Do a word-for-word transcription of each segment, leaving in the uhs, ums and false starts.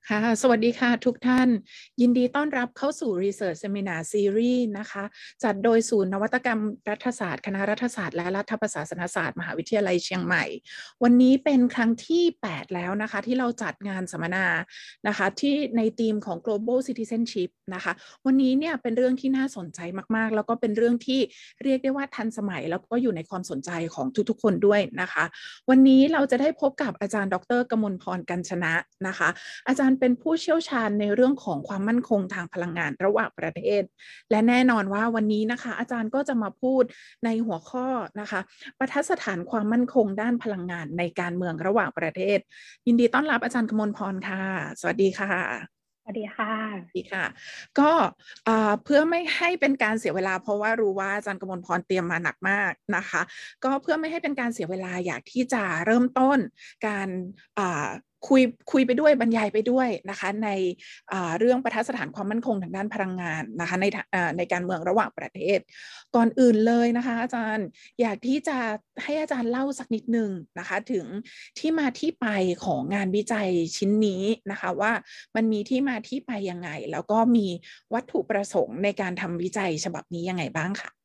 ค่ะสวัสดีค่ะทุกท่านยินดีต้อนรับเข้าสู่ Research Seminar Series นะคะจัดโดยศูนย์นวัตกรรมรัฐศาสตร์คณะรัฐศาสตร์และรัฐประศาสนศาสตร์มหาวิทยาลัยเชียงใหม่วันนี้เป็นครั้งที่แปดแล้วนะคะที่เราจัดงานสัมมนานะคะที่ในธีมของ Global Citizenship นะคะวันนี้เนี่ยเป็นเรื่องที่น่าสนใจมากๆแล้วก็เป็นเรื่องที่เรียกได้ว่าทันสมัยแล้วก็อยู่ในความสนใจของทุกๆคนด้วยนะคะวันนี้เราจะได้พบกับอาจารย์ดร.กมลพร กัญชนะนะคะอาจารย์เป็นผู้เชี่ยวชาญในเรื่องของความมั่นคงทางพลังงานระหว่างประเทศและแน่นอนว่าวันนี้นะคะอาจารย์ก็จะมาพูดในหัวข้อนะคะประทัดสถานความมั่นคงด้านพลังงานในการเมืองระหว่างประเทศยินดีต้อนรับอาจารย์กมลพรค่ะสวัสดีค่ะสวัสดีค่ะดีค่ะก็เพื่อไม่ให้เป็นการเสียเวลาเพราะว่ารู้ว่าอาจารย์กมลพรเตรียมมาหนักมากนะคะก็เพื่อไม่ให้เป็นการเสียเวลาอยากที่จะเริ่มต้นการคุยคุยไปด้วยบรรยายไปด้วยนะคะในเรื่องประทัดสถานความมั่นคงทางด้านพลังงานนะคะในในการเมืองระหว่างประเทศก่อนอื่นเลยนะคะอาจารย์อยากที่จะให้อาจารย์เล่าสักนิดนึงนะคะถึงที่มาที่ไปของงานวิจัยชิ้นนี้นะคะว่ามันมีที่มาที่ไปยังไงแล้วก็มีวัตถุประสงค์ในการทำวิจัยฉบับนี้ยังไงบ้างค่ะ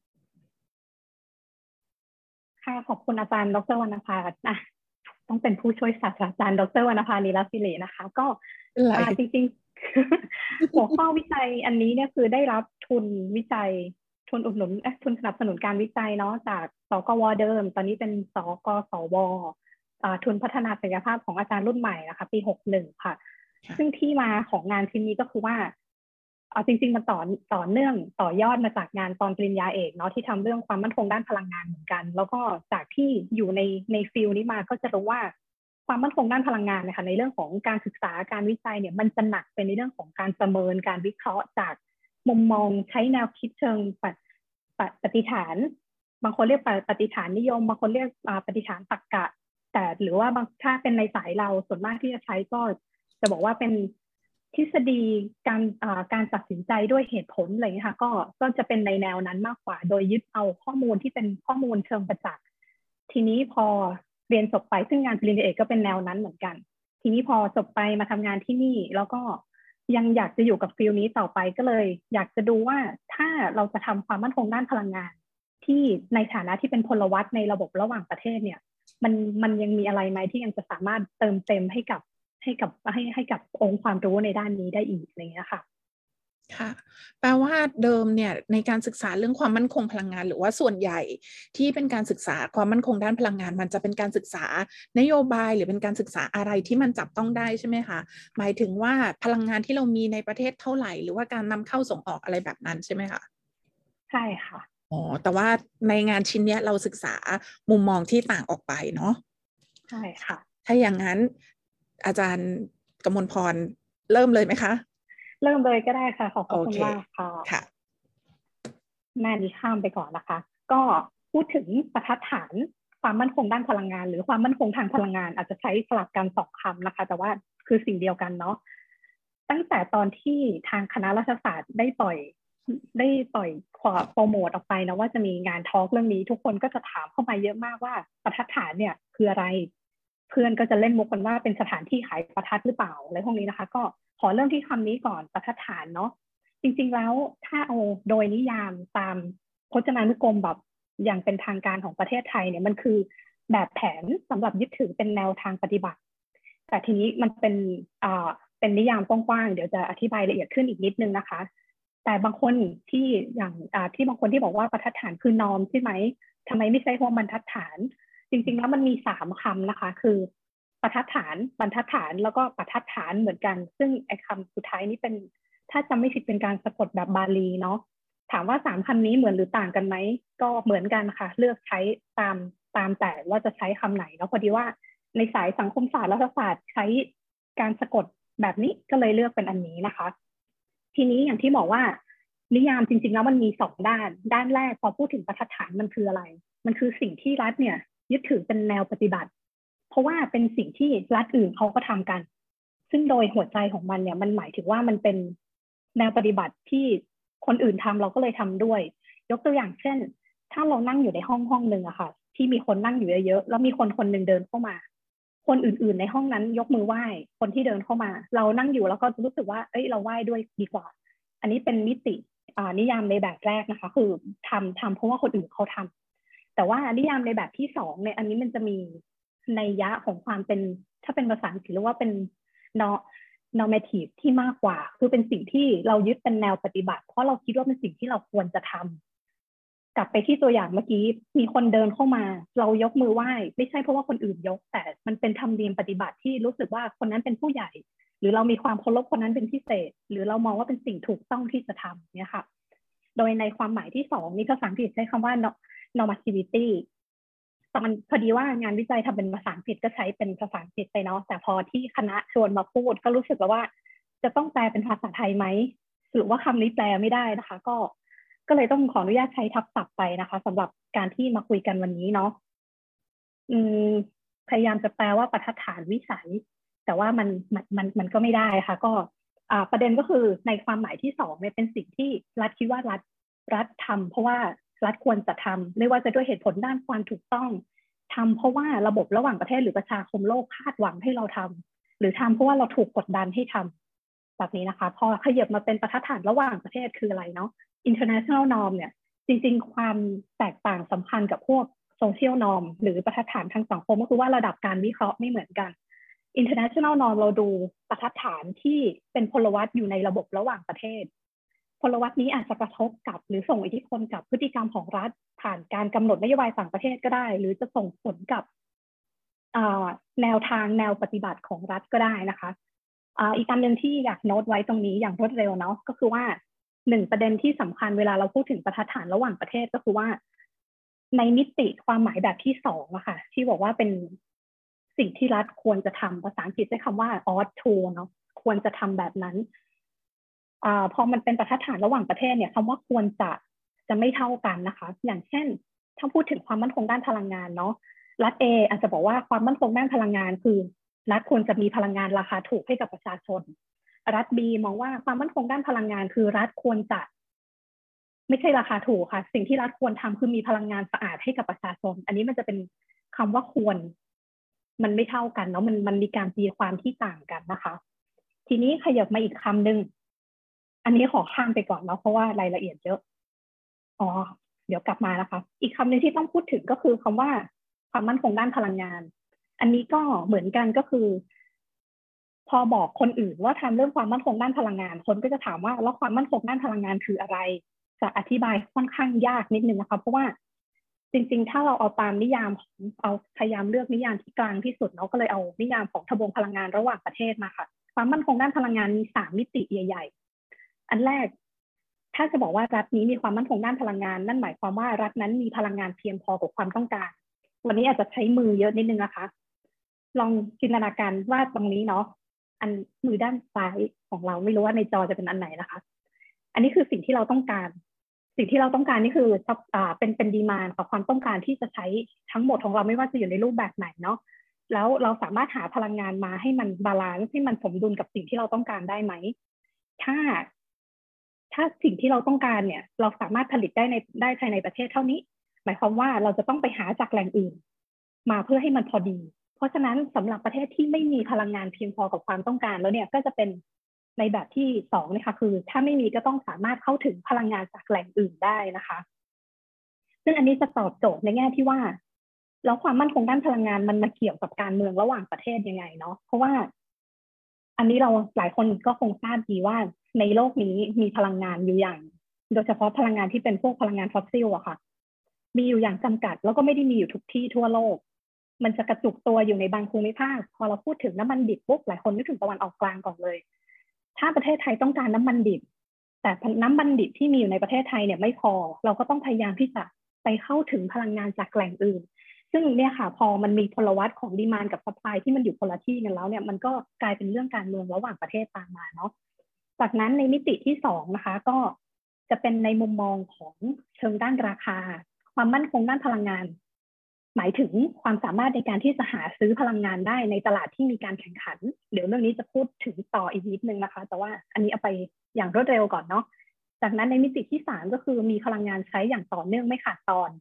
ค่ะขอบคุณอาจารย์ดร.วรรณภานะต้องเป็นผู้ช่วยศาสตราจารย์ดร.วรรณภา ลีลาศิรินะคะก็จริงๆหัวข้อวิจัยอันนี้เนี่ยคือได้รับทุนวิจัยทุนอุดหนุนทุนสนับสนุนการวิจัยเนาะจากสกว.เดิมตอนนี้เป็นสกสว.ทุนพัฒนาศักยภาพของอาจารย์รุ่นใหม่นะคะปีหกสิบเอ็ดค่ะซึ่งที่มาของงานชิ้นนี้ก็คือว่าเอาจริงๆมันต่อต่อเนื่องต่อยอดมาจากงานตอนปริญญาเอกเนาะที่ทำเรื่องความมั่นคงด้านพลังงานเหมือนกันแล้วก็จากที่อยู่ในในฟิลนี้มาก็จะรู้ว่าความมั่นคงด้านพลังงานนะคะในเรื่องของการศึกษาการวิจัยเนี่ยมันจะหนักเป็นในเรื่องของการประเมินการวิเคราะห์จากมุมมองใช้แนวคิดเชิงปฏิฐานบางคนเรียกปฏิฐานนิยมบางคนเรียกปฏิฐานตรรกะแต่หรือว่าบางถ้าเป็นในสายเราส่วนมากที่จะใช้ก็จะบอกว่าเป็นทฤษฎีการการตัดสินใจด้วยเหตุผลอะไรอย่างนี้ค่ะก็ก็จะเป็นในแนวนั้นมากกว่าโดยยึดเอาข้อมูลที่เป็นข้อมูลเชิงประจักษ์ทีนี้พอเรียนจบไปซึ่งงานปริญญาเอกก็เป็นแนวนั้นเหมือนกันทีนี้พอจบไปมาทำงานที่นี่แล้วก็ยังอยากจะอยู่กับฟิลนี้ต่อไปก็เลยอยากจะดูว่าถ้าเราจะทำความมั่นคงด้านพลังงานที่ในฐานะที่เป็นพลวัตในระบบระหว่างประเทศเนี่ยมันมันยังมีอะไรไหมที่ยังจะสามารถเติมเต็มให้กับให้กับให้ให้กับองค์ความรู้ในด้านนี้ได้อีกอะไรเงี้ยค่ะค่ะแปลว่าเดิมเนี่ยในการศึกษาเรื่องความมั่นคงพลังงานหรือว่าส่วนใหญ่ที่เป็นการศึกษาความมั่นคงด้านพลังงานมันจะเป็นการศึกษานโยบายหรือเป็นการศึกษาอะไรที่มันจับต้องได้ใช่ไหมคะหมายถึงว่าพลังงานที่เรามีในประเทศเท่าไหร่หรือว่าการนำเข้าส่งออกอะไรแบบนั้นใช่ไหมคะใช่ค่ะอ๋อแต่ว่าในงานชิ้นนี้เราศึกษามุมมองที่ต่างออกไปเนาะใช่ค่ะถ้าอย่างนั้นอาจารย์กมลพรเริ่มเลยไหมคะเริ่มเลยก็ได้ค่ะขอบคุณมากค่ะค่ะหน้านี้ข้ามไปก่อนนะคะก็พูดถึงบรรทัดฐานความมั่นคงด้านพลังงานหรือความมั่นคงทางพลังงานอาจจะใช้สลับกันสองคำนะคะแต่ว่าคือสิ่งเดียวกันเนาะตั้งแต่ตอนที่ทางคณะรัฐศาสตร์ได้ปล่อยได้ปล่อยโปรโมทออกไปนะว่าจะมีงานทอล์กเรื่องนี้ทุกคนก็จะถามเข้ามาเยอะมากว่าบรรทัดฐานเนี่ยคืออะไรเพื่อนก็จะเล่นมุกกันว่าเป็นสถานที่ขายประทัดหรือเปล่าอะไรพวกนี้นะคะก็ขอเริ่มที่คำนี้ก่อนบรรทัดฐานเนาะจริงๆแล้วถ้าเอาโดยนิยามตามพจนานุกรมแบบอย่างเป็นทางการของประเทศไทยเนี่ยมันคือแบบแผนสำหรับยึดถือเป็นแนวทางปฏิบัติแต่ทีนี้มันเป็นอ่าเป็นนิยามกว้างๆเดี๋ยวจะอธิบายละเอียดขึ้นอีกนิดนึงนะคะแต่บางคนที่อย่างอ่าที่บางคนที่บอกว่าบรรทัดฐานคือนอมใช่ไหมทำไมไม่ใช่คำว่าบรรทัดฐานจริงๆแล้วมันมีสามคำนะคะคือบรรทัดฐานบรรทัดฐานแล้วก็บรรทัดฐานเหมือนกันซึ่งไอ้คำสุดท้ายนี้เป็นถ้าจำไม่ผิดเป็นการสะกดแบบบาลีเนาะถามว่าสามคำนี้เหมือนหรือต่างกันไหมก็เหมือนกันค่ะเลือกใช้ตามตามแต่ว่าจะใช้คำไหนเนาะพอดีว่าในสายสังคมศาสตร์รัฐศาสตร์ใช้การสะกดแบบนี้ก็เลยเลือกเป็นอันนี้นะคะทีนี้อย่างที่บอกว่านิยามจริงๆแล้วมันมีสองด้านด้านแรกพอพูดถึงบรรทัดฐานมันคืออะไรมันคือสิ่งที่รัฐเนี่ยยึดถือเป็นแนวปฏิบัติเพราะว่าเป็นสิ่งที่รัฐอื่นเขาก็ทำกันซึ่งโดยหัวใจของมันเนี่ยมันหมายถึงว่ามันเป็นแนวปฏิบัติที่คนอื่นทำเราก็เลยทำด้วยยกตัวอย่างเช่นถ้าเรานั่งอยู่ในห้องห้องหนึ่งอะค่ะที่มีคนนั่งอยู่เยอะๆแล้วมีคนคนหนึ่งเดินเข้ามาคนอื่นๆในห้องนั้นยกมือไหว้คนที่เดินเข้ามาเรานั่งอยู่แล้วก็รู้สึกว่าเอ้ยเราไหว้ด้วยดีกว่าอันนี้เป็นมิติอ่านิยามในแบบแรกนะคะคือทำทำเพราะว่าคนอื่นเขาทำแต่ว่านิยามในแบบที่สองเนี่ยอันนี้มันจะมีนัยยะของความเป็นถ้าเป็นภาษาอังกฤษเรียกว่าเป็น normative ที่มากกว่าคือเป็นสิ่งที่เรายึดเป็นแนวปฏิบัติเพราะเราคิดว่าเป็นสิ่งที่เราควรจะทำกลับไปที่ตัวอย่างเมื่อกี้มีคนเดินเข้ามาเรายกมือไหว้ไม่ใช่เพราะว่าคนอื่นยกแต่มันเป็นธรรมเนียมปฏิบัติที่รู้สึกว่าคนนั้นเป็นผู้ใหญ่หรือเรามีความเคารพคนนั้นเป็นพิเศษหรือเรามองว่าเป็นสิ่งถูกต้องที่จะทำเนี่ยค่ะโดยในความหมายที่สองนี่ภาษาอังกฤษใช้คำว่า normativity ตอนพอดีว่างานวิจัยทำเป็นภาษาอังกฤษก็ใช้เป็นภาษาอังกฤษไปเนาะแต่พอที่คณะชวนมาพูดก็รู้สึกแล้วว่าจะต้องแปลเป็นภาษาไทยไหมหรือว่าคำนี้แปลไม่ได้นะคะก็ก็เลยต้องขออนุญาตใช้ทับศัพท์ไปนะคะสำหรับการที่มาคุยกันวันนี้เนาะอืมพยายามจะแปลว่าบรรทัดฐานวิสัยแต่ว่ามันมันมันมันก็ไม่ได้ค่ะก็อ่าประเด็นก็คือในความหมายที่สองเนี่ยเป็นสิ่งที่รัฐคิดว่ารัฐรัฐทำเพราะว่ารัฐควรจะทำไม่ว่าจะด้วยเหตุผลด้านความถูกต้องทำเพราะว่าระบบระหว่างประเทศหรือประชาคมโลกคาดหวังให้เราทำหรือทำเพราะว่าเราถูกกดดันให้ทำแบบนี้นะคะพอขยับมาเป็นบรรทัดฐานระหว่างประเทศคืออะไรเนาะ international norm เนี่ยจริงๆความแตกต่างสำคัญกับพวก social norm หรือบรรทัดฐานทางสังคมก็คือว่าระดับการวิเคราะห์ไม่เหมือนกัน international norm เราดูบรรทัดฐานที่เป็นพลวัตอยู่ในระบบระหว่างประเทศพลวัตนี้อาจจะกระทบกับหรือส่งอิทธิพลกับพฤติกรรมของรัฐผ่านการกำหนดนโยบายต่างประเทศก็ได้หรือจะส่งผลกับแนวทางแนวปฏิบัติของรัฐก็ได้นะคะอีกการหนึ่งที่อยากโน้ตไว้ตรงนี้อย่างรวดเร็วเนาะก็คือว่าหนึ่งประเด็นที่สำคัญเวลาเราพูดถึงบรรทัดฐานระหว่างประเทศก็คือว่าในมิติความหมายแบบที่สองอะค่ะที่บอกว่าเป็นสิ่งที่รัฐควรจะทำภาษาอังกฤษใช้คำว่า ought to เนาะควรจะทำแบบนั้นอ่าพอมันเป็นบรรทัดฐานระหว่างประเทศเนี่ยคำว่าควรจะจะไม่เท่ากันนะคะอย่างเช่นถ้าพูดถึงความมั่นคงด้านพลังงานเนาะรัฐ A อาจจะบอกว่าความมั่นคงด้านพลังงานคือรัฐควรจะมีพลังงานราคาถูกให้กับประชาชนรัฐ B มองว่าความมั่นคงด้านพลังงานคือรัฐควรจะไม่ใช่ราคาถูกค่ะสิ่งที่รัฐควรทำคือมีพลังงานสะอาดให้กับประชาชนอันนี้มันจะเป็นคำว่าควรมันไม่เท่ากันเนาะมันมันมีการตีความที่ต่างกันนะคะทีนี้ขยับมาอีกคำหนึ่งอันนี้ขอข้ามไปก่อนเนาะเพราะว่ารายละเอียดเยอะอ๋อเดี๋ยวกลับมานะคะอีกคำหนึ่งที่ต้องพูดถึงก็คือคำว่าความมั่นคงด้านพลังงานอันนี้ก็เหมือนกันก็คือพอบอกคนอื่นว่าทำเรื่องความมั่นคงด้านพลังงานคนก็จะถามว่าแล้วความมั่นคงด้านพลังงานคืออะไรจะอธิบายค่อนข้างยากนิดนึงนะคะเพราะว่าจริงๆถ้าเราเอาตามนิยามของเอาพยายามเลือกนิยามที่กลางที่สุดเนาะก็เลยเอานิยามของทบวงพลังงานระหว่างประเทศมาค่ะความมั่นคงด้านพลังงานมีสามมิติใหญ่ๆอันแรกถ้าจะบอกว่ารัฐนี้มีความมั่นคงด้านพลังงานนั่นหมายความว่ารัฐนั้นมีพลังงานเพียงพอกับความต้องการวันนี้อาจจะใช้มือเยอะนิดนึงนะคะลองจินตนาการว่าตรงนี้เนาะอันมือด้านซ้ายของเราไม่รู้ว่าในจอจะเป็นอันไหนนะคะอันนี้คือสิ่งที่เราต้องการสิ่งที่เราต้องการนี่คืออ่าเป็นเป็นดีมานด์กับความต้องการที่จะใช้ทั้งหมดของเราไม่ว่าจะอยู่ในรูปแบบไหนเนาะแล้วเราสามารถหาพลังงานมาให้มันบาลานซ์ให้มันสมดุลกับสิ่งที่เราต้องการได้ไหมถ้าถ้าสิ่งที่เราต้องการเนี่ยเราสามารถผลิตได้ในได้ภายในประเทศเท่านี้หมายความว่าเราจะต้องไปหาจากแหล่งอื่นมาเพื่อให้มันพอดีเพราะฉะนั้นสำหรับประเทศที่ไม่มีพลังงานเพียงพอกับความต้องการแล้วเนี่ยก็จะเป็นในแบบที่สองนะคะคือถ้าไม่มีก็ต้องสามารถเข้าถึงพลังงานจากแหล่งอื่นได้นะคะซึ่งอันนี้จะตอบโจทย์ในแง่ที่ว่าแล้วความมั่นคงด้านพลังงานมันมาเกี่ยวกับการเมืองระหว่างประเทศยังไงเนาะเพราะว่าอันนี้เราหลายคนก็คงทราบดีว่าในโลกนี้มีพลังงานอยู่อย่างโดยเฉพาะพลังงานที่เป็นพวกพลังงานฟอสซิลอะค่ะมีอยู่อย่างจำกัดแล้วก็ไม่ได้มีอยู่ทุกที่ทั่วโลกมันจะกระจุกตัวอยู่ในบางภูมิภาคพอเราพูดถึงน้ำมันดิบปุ๊บหลายคนนึกถึงตะวันออกกลางก่อนเลยถ้าประเทศไทยต้องการน้ำมันดิบแต่น้ำมันดิบที่มีอยู่ในประเทศไทยเนี่ยไม่พอเราก็ต้องพยายามที่จะไปเข้าถึงพลังงานจากแหล่งอื่นซึ่งเนี่ยค่ะพอมันมีพลวัตของดีมานด์กับซัพพลายที่มันอยู่คนละที่กันแล้วเนี่ยมันก็กลายเป็นเรื่องการเมืองระหว่างประเทศตามมาเนาะจากนั้นในมิติที่สองนะคะก็จะเป็นในมุมมองของเชิงด้านราคาความมั่นคงด้านพลังงานหมายถึงความสามารถในการที่จะหาซื้อพลังงานได้ในตลาดที่มีการแข่งขันเดี๋ยวเรื่องนี้จะพูดถึงต่ออีกนิดนึงนะคะแต่ว่าอันนี้เอาไปอย่างรวดเร็วก่อนเนาะจากนั้นในมิติที่สามก็คือมีพลังงานใช้อย่างต่อเนื่องไม่ขาดตอน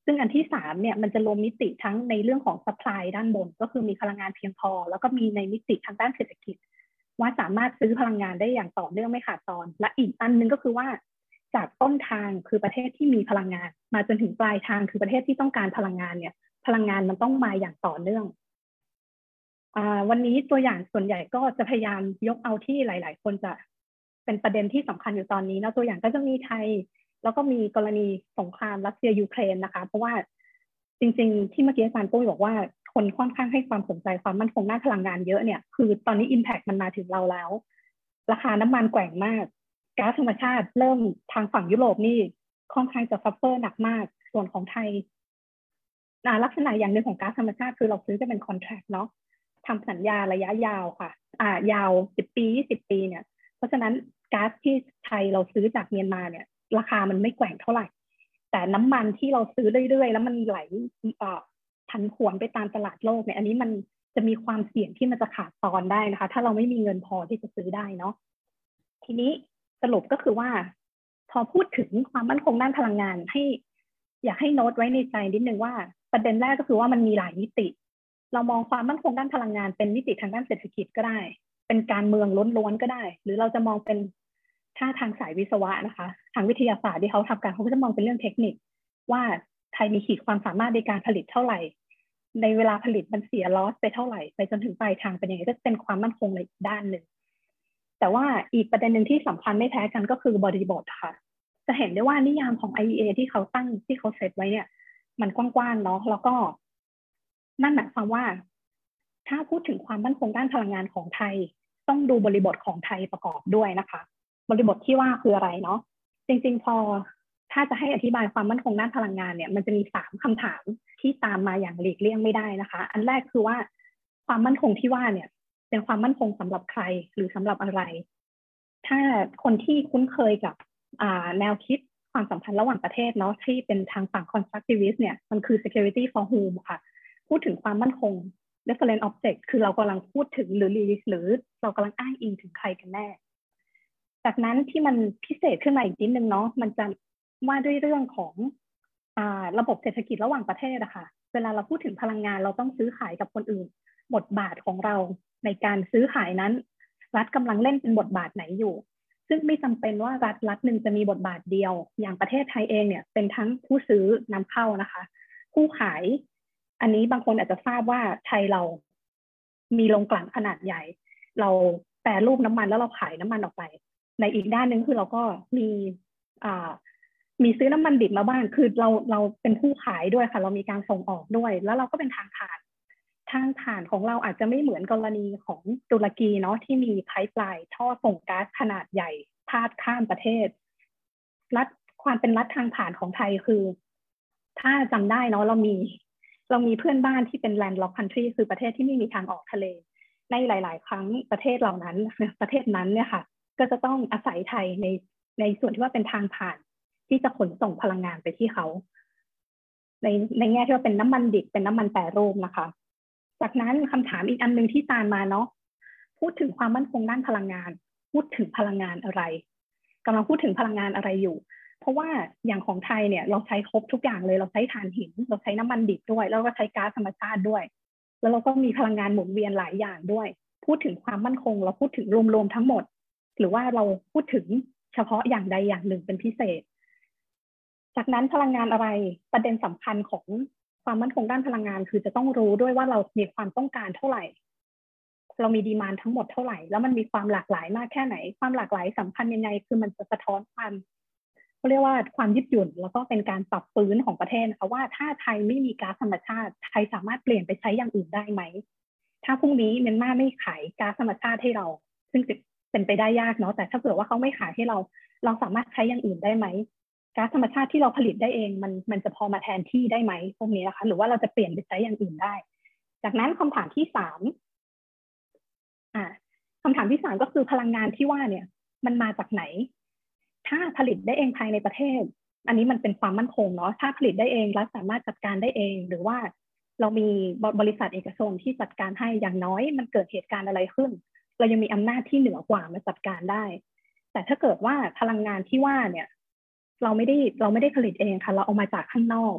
ซึ่งอันที่สามเนี่ยมันจะรวมมิติทั้งในเรื่องของ supply ด้านบนก็คือมีพลังงานเพียงพอแล้วก็มีในมิติทางด้านเศรษฐกิจว่าสามารถซื้อพลังงานได้อย่างต่อเนื่องไม่ขาดตอนและอีกอันนึงก็คือว่าจากต้นทางคือประเทศที่มีพลังงานมาจนถึงปลายทางคือประเทศที่ต้องการพลังงานเนี่ยพลังงานมันต้องมาอย่างต่อเนื่องวันนี้ตัวอย่างส่วนใหญ่ก็จะพยายามยกเอาที่หลายๆคนจะเป็นประเด็นที่สำคัญอยู่ตอนนี้นะตัวอย่างก็จะมีไทยแล้วก็มีกรณีสงครามรัสเซียยูเครนนะคะเพราะว่าจริงๆที่เมื่อกี้อาจารย์ปุ้ยบอกว่าคนค่อนข้างให้ความสนใจความมั่นคงด้านพลังงานเยอะเนี่ยคือตอนนี้ impact มันมาถึงเราแล้วราคาน้ำมันแกว่งมากก๊าซธรรมชาติเริ่มทางฝั่งยุโรปนี่ค่อนข้างจะซัฟเฟอร์หนักมากส่วนของไทยลักษณะอย่างหนึ่งของก๊าซธรรมชาติคือเราซื้อจะเป็นคอนแทรคเนาะทำสัญญาระยะยาวค่ะอ่ายาวสิบปียี่สิบปีเนี่ยเพราะฉะนั้นก๊าซที่ไทยเราซื้อจากเมียนมาเนี่ยราคามันไม่แกว่งเท่าไหร่แต่น้ำมันที่เราซื้อเรื่อยๆแล้วมันไหลผันผวนไปตามตลาดโลกเนี่ยอันนี้มันจะมีความเสี่ยงที่มันจะขาดตอนได้นะคะถ้าเราไม่มีเงินพอที่จะซื้อได้เนาะทีนี้สรุปก็คือว่าพอพูดถึงความมั่นคงด้านพลังงานให้อยากให้โน้ตไว้ในใจนิดนึงว่าประเด็นแรกก็คือว่ามันมีหลายมิติเรามองความมั่นคงด้านพลังงานเป็นมิติทางด้านเศรษฐกิจก็ได้เป็นการเมืองล้วนๆก็ได้หรือเราจะมองเป็นถ้าทางสายวิศวะนะคะทางวิทยาศาสตร์ที่เขาทำการเขาก็จะมองเป็นเรื่องเทคนิคว่าไทยมีขีดความสามารถในการผลิตเท่าไหร่ในเวลาผลิตมันเสียลอสไปเท่าไหร่ไปจนถึงปลายทางเป็นยังไงก็เป็นความมั่นคงในอีกด้านหนึ่งแต่ว่าอีกประเด็นหนึ่งที่สำคัญไม่แพ้กันก็คือบริบทค่ะจะเห็นได้ว่านิยามของ ไอ อี เอ ที่เขาตั้งที่เขาเซตไว้เนี่ยมันกว้างๆเนาะแล้วก็นั่นหมายความว่าถ้าพูดถึงความมั่นคงด้านพลังงานของไทยต้องดูบริบทของไทยประกอบด้วยนะคะบริบทที่ว่าคืออะไรเนาะจริงๆพอถ้าจะให้อธิบายความมั่นคงด้านพลังงานเนี่ยมันจะมีสามคำถามที่ตามมาอย่างหลีกเลี่ยงไม่ได้นะคะอันแรกคือว่าความมั่นคงที่ว่าเนี่ยเป็นความมั่นคงสำหรับใครหรือสำหรับอะไรถ้าคนที่คุ้นเคยกับแนวคิดความสัมพันธ์ระหว่างประเทศเนาะที่เป็นทางฝั่ง constructivist เนี่ยมันคือ security for whom ค่ะพูดถึงความมั่นคง reference object คือเรากำลังพูดถึงหรือหรือเรากำลังอ้างอิงถึงใครกันแน่จากนั้นที่มันพิเศษขึ้นมาอีกนิดนึงเนาะมันจะว่าด้วยเรื่องของอ่าระบบเศรษฐกิจระหว่างประเทศอะค่ะเวลาเราพูดถึงพลังงานเราต้องซื้อขายกับคนอื่นบทบาทของเราในการซื้อขายนั้นรัฐกำลังเล่นเป็นบทบาทไหนอยู่ซึ่งไม่จำเป็นว่ารัฐรัฐหนึ่งจะมีบทบาทเดียวอย่างประเทศไทยเองเนี่ยเป็นทั้งผู้ซื้อนำเข้านะคะผู้ขายอันนี้บางคนอาจจะทราบว่าไทยเรามีโรงกลั่นขนาดใหญ่เราแปรรูปน้ำมันแล้วเราขายน้ำมันออกไปในอีกด้านหนึ่งคือเราก็มีอ่ามีซื้อน้ำมันดิบมาบ้างคือเราเราเป็นผู้ขายด้วยค่ะเรามีการส่งออกด้วยแล้วเราก็เป็นทางผ่านทางผ่านของเราอาจจะไม่เหมือนกรณีของตุรกีเนาะที่มีไพป์ไลน์ท่อส่งก๊าซขนาดใหญ่พาดข้ามประเทศรัฐความเป็นรัฐทางผ่านของไทยคือถ้าจำได้เนาะเรามีเรามีเพื่อนบ้านที่เป็น landlocked country คือประเทศที่ไม่มีทางออกทะเลในหลายๆครั้งประเทศเหล่านั้นประเทศนั้นเนี่ยค่ะก็จะต้องอาศัยไทยในในส่วนที่ว่าเป็นทางผ่านที่จะขนส่งพลังงานไปที่เขาในในแง่ที่ว่าเป็นน้ำมันดิบเป็นน้ำมันแปรรูปนะคะจากนั้นคำถามอีกอันนึงที่ตามมาเนาะพูดถึงความมั่นคงด้านพลังงานพูดถึงพลังงานอะไรกำลังพูดถึงพลังงานอะไรอยู่เพราะว่าอย่างของไทยเนี่ยเราใช้ครบทุกอย่างเลยเราใช้ถ่านหินเราใช้น้ำมันดิบด้วยแล้วก็ใช้ก๊าซธรรมชาติด้วยแล้วเราก็มีพลังงานหมุนเวียนหลายอย่างด้วยพูดถึงความมั่นคงเราพูดถึงรวมๆทั้งหมดหรือว่าเราพูดถึงเฉพาะอย่างใดอย่างหนึ่งเป็นพิเศษจากนั้นพลังงานอะไรประเด็นสำคัญของความมั่นคงด้านพลังงานคือจะต้องรู้ด้วยว่าเรามีความต้องการเท่าไหร่เรามีดีมานด์ทั้งหมดเท่าไหร่แล้วมันมีความหลากหลายมากแค่ไหนความหลากหลายสำคัญยังไงคือมันจะสะท้อนความเขาเรียกว่าความยืดหยุ่นแล้วก็เป็นการปรับฟื้นของประเทศนะคะว่าถ้าไทยไม่มีก๊าซธรรมชาติไทยสามารถเปลี่ยนไปใช้อย่างอื่นได้ไหมถ้าพรุ่งนี้เมียนมาไม่ขายก๊าซธรรมชาติให้เราซึ่งเป็นไปได้ยากเนาะแต่ถ้าเผื่อว่าเขาไม่ขายให้เราเราสามารถใช้อย่างอื่นได้ไหมก๊าซธรรมชาติที่เราผลิตได้เองมันมันจะพอมาแทนที่ได้ไหมพวกนี้นะคะหรือว่าเราจะเปลี่ยนไปใช้อย่างอื่นได้จากนั้นคำถามที่สามอ่าคำถามที่สามก็คือพลังงานที่ว่าเนี่ยมันมาจากไหนถ้าผลิตได้เองภายในประเทศอันนี้มันเป็นความมั่นคงเนาะถ้าผลิตได้เองรัฐสามารถจัดการได้เองหรือว่าเรามีบริษัทเอกชนที่จัดการให้อย่างน้อยมันเกิดเหตุการณ์อะไรขึ้นเรายังมีอำนาจที่เหนือกว่ามาจัดการได้แต่ถ้าเกิดว่าพลังงานที่ว่าเนี่ยเราไม่ได้เราไม่ได้ผลิตเองค่ะเราเอามาจากข้างนอก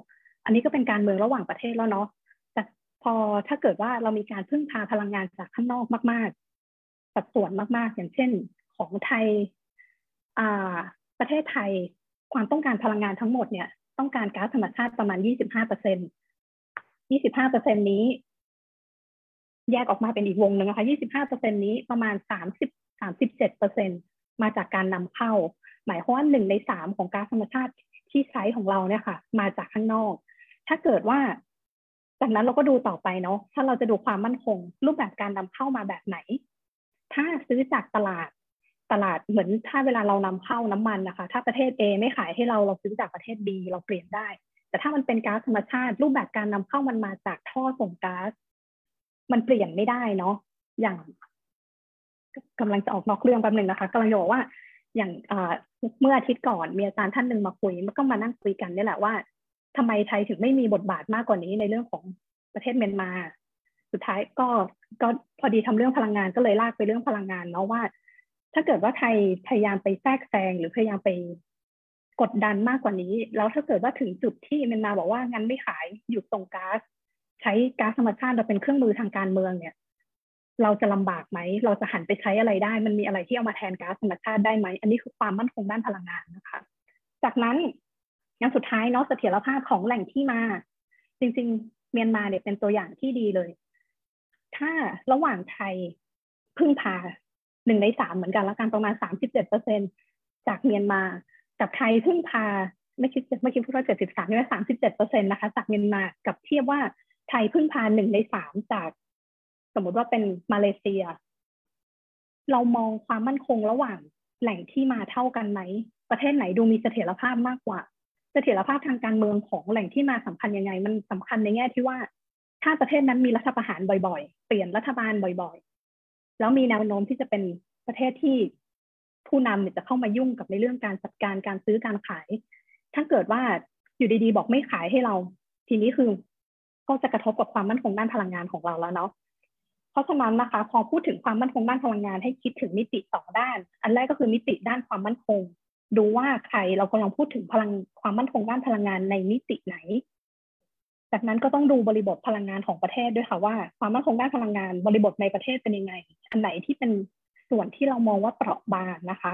อันนี้ก็เป็นการเมืองระหว่างประเทศแล้วเนาะแต่พอถ้าเกิดว่าเรามีการพึ่งพาพลังงานจากข้างนอกมากๆสัดส่วนมากๆอย่างเช่นของไทยอ่าประเทศไทยความต้องการพลังงานทั้งหมดเนี่ยต้องการก๊าซธรรมชาติประมาณ ยี่สิบห้าเปอร์เซ็นต์ ยี่สิบห้าเปอร์เซ็นต์ นี้แยกออกมาเป็นอีกวงหนึ่งนะคะ ยี่สิบห้าเปอร์เซ็นต์ นี้ประมาณสามสิบ สามสิบเจ็ดเปอร์เซ็นต์ มาจากการนำเข้าหมายความว่าหนึ่งในสามของก๊าซธรรมชาติที่ใช้ของเราเนี่ยค่ะมาจากข้างนอกถ้าเกิดว่าจากนั้นเราก็ดูต่อไปเนาะถ้าเราจะดูความมั่นคงรูปแบบการนำเข้ามาแบบไหนถ้าซื้อจากตลาดตลาดเหมือนถ้าเวลาเรานำเข้าน้ำมันนะคะถ้าประเทศ A ไม่ขายให้เราเราซื้อจากประเทศ B เราเปลี่ยนได้แต่ถ้ามันเป็นก๊าซธรรมชาติรูปแบบการนำเข้ามันมาจากท่อส่งก๊าซมันเปลี่ยนไม่ได้เนาะอย่างกำลังจะออกนอกเรื่องแป๊บนึงนะคะกำลังจะบอกว่าอย่างเมื่ออาทิตย์ก่อนมีอาจารย์ท่านหนึ่งมาคุยก็มานั่งคุยกันนี่แหละว่าทำไมไทยถึงไม่มีบทบาทมากกว่านี้ในเรื่องของประเทศเมียนมาสุดท้ายก็ก็พอดีทำเรื่องพลังงานก็เลยลากไปเรื่องพลังงานเนาะว่าถ้าเกิดว่าไทยพยายามไปแทรกแซงหรือพยายามไปกดดันมากกว่านี้แล้วถ้าเกิดว่าถึงจุดที่เมียนมาบอกว่างั้นไม่ขายหยุดส่งก๊าซใช้ก๊าซธรรมชาติเราเป็นเครื่องมือทางการเมืองเนี่ยเราจะลำบากไหมเราจะหันไปใช้อะไรได้มันมีอะไรที่เอามาแทนก๊าซธรรมชาติได้ไหมอันนี้คือความมั่นคงด้านพลังงานนะคะจากนั้นอย่างสุดท้ายเนาะเสถียรภาพของแหล่งที่มาจริงๆเมียนมาเนี่ยเป็นตัวอย่างที่ดีเลยถ้าระหว่างไทยพึ่งพาหนึ่งในสามเหมือนกันแล้วกันประมาณ สามสิบเจ็ดเปอร์เซ็นต์ จากเมียนมากับไทยพึ่งพาไม่คิดไม่คิดพูดว่าเจ็ดสิบสามนี่ว่า สามสิบเจ็ดเปอร์เซ็นต์ นะคะจากเมียนมากับเทียบว่าไทยพึ่งพาหนึ่งในสามจากสมมติว่าเป็นมาเลเซียเรามองความมั่นคงระหว่างแหล่งที่มาเท่ากันไหมประเทศไหนดูมีเสถียรภาพมากกว่าเสถียรภาพทางการเมืองของแหล่งที่มาสำคัญยังไงมันสำคัญในแง่ที่ว่าถ้าประเทศนั้นมีรัฐประหารบ่อยๆเปลี่ยนรัฐบาลบ่อยๆแล้วมีแนวโน้มที่จะเป็นประเทศที่ผู้นำจะเข้ามายุ่งกับในเรื่องการจัดการการซื้อการขายถ้าเกิดว่าอยู่ดีๆบอกไม่ขายให้เราทีนี้คือก็จะกระทบกับความมั่นคงด้านพลังงานของเราแล้วเนาะเพราะฉะนั้นนะคะพอพูดถึงความมั่นคงด้านพลังงานให้คิดถึงมิติสองด้านอันแรกก็คือมิติด้านความมั่นคงดูว่าใครเรากำลังพูดถึงพลังความมั่นคงด้านพลังงานในมิติไหนจากนั้นก็ต้องดูบริบทพลังงานของประเทศด้วยค่ะว่าความมั่นคงด้านพลังงานบริบทในประเทศเป็นยังไงอันไหนที่เป็นส่วนที่เรามองว่าเปราะบางนะคะ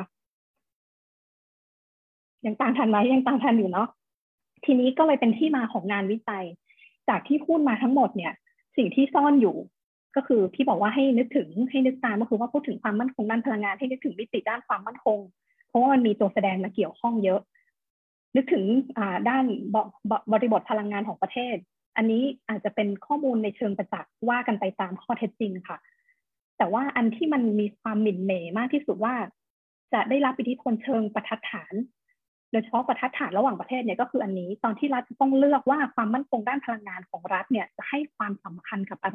ยังตามทันไหมยังตามทันอยู่เนาะทีนี้ก็เลยเป็นที่มาของงานวิจัยจากที่พูดมาทั้งหมดเนี่ยสิ่งที่ซ่อนอยู่ก็คือพี่บอกว่าให้นึกถึงให้นึกตามก็คือว่าพูดถึงความมั่นคงด้านพลังงานให้นึกถึงมิติด้านความมั่นคงเพราะว่ามันมีตัวแสดงมาเกี่ยวข้องเยอะนึกถึงด้านบริบทพลังงานของประเทศอันนี้อาจจะเป็นข้อมูลในเชิงประจักษ์ว่ากันไปตามข้อเท็จจริงค่ะแต่ว่าอันที่มันมีความหมิ่นเหม่มากที่สุดว่าจะได้รับอิทธิพลเชิงประทัดฐานโดยเฉพาะประทัดฐานระหว่างประเทศเนี่ยก็คืออันนี้ตอนที่รัฐต้องเลือกว่าความมั่นคงด้านพลังงานของรัฐเนี่ยจะให้ความสำคัญกับอะไร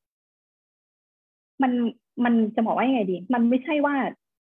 มันมันจะบอกว่ายังไงดีมันไม่ใช่ว่า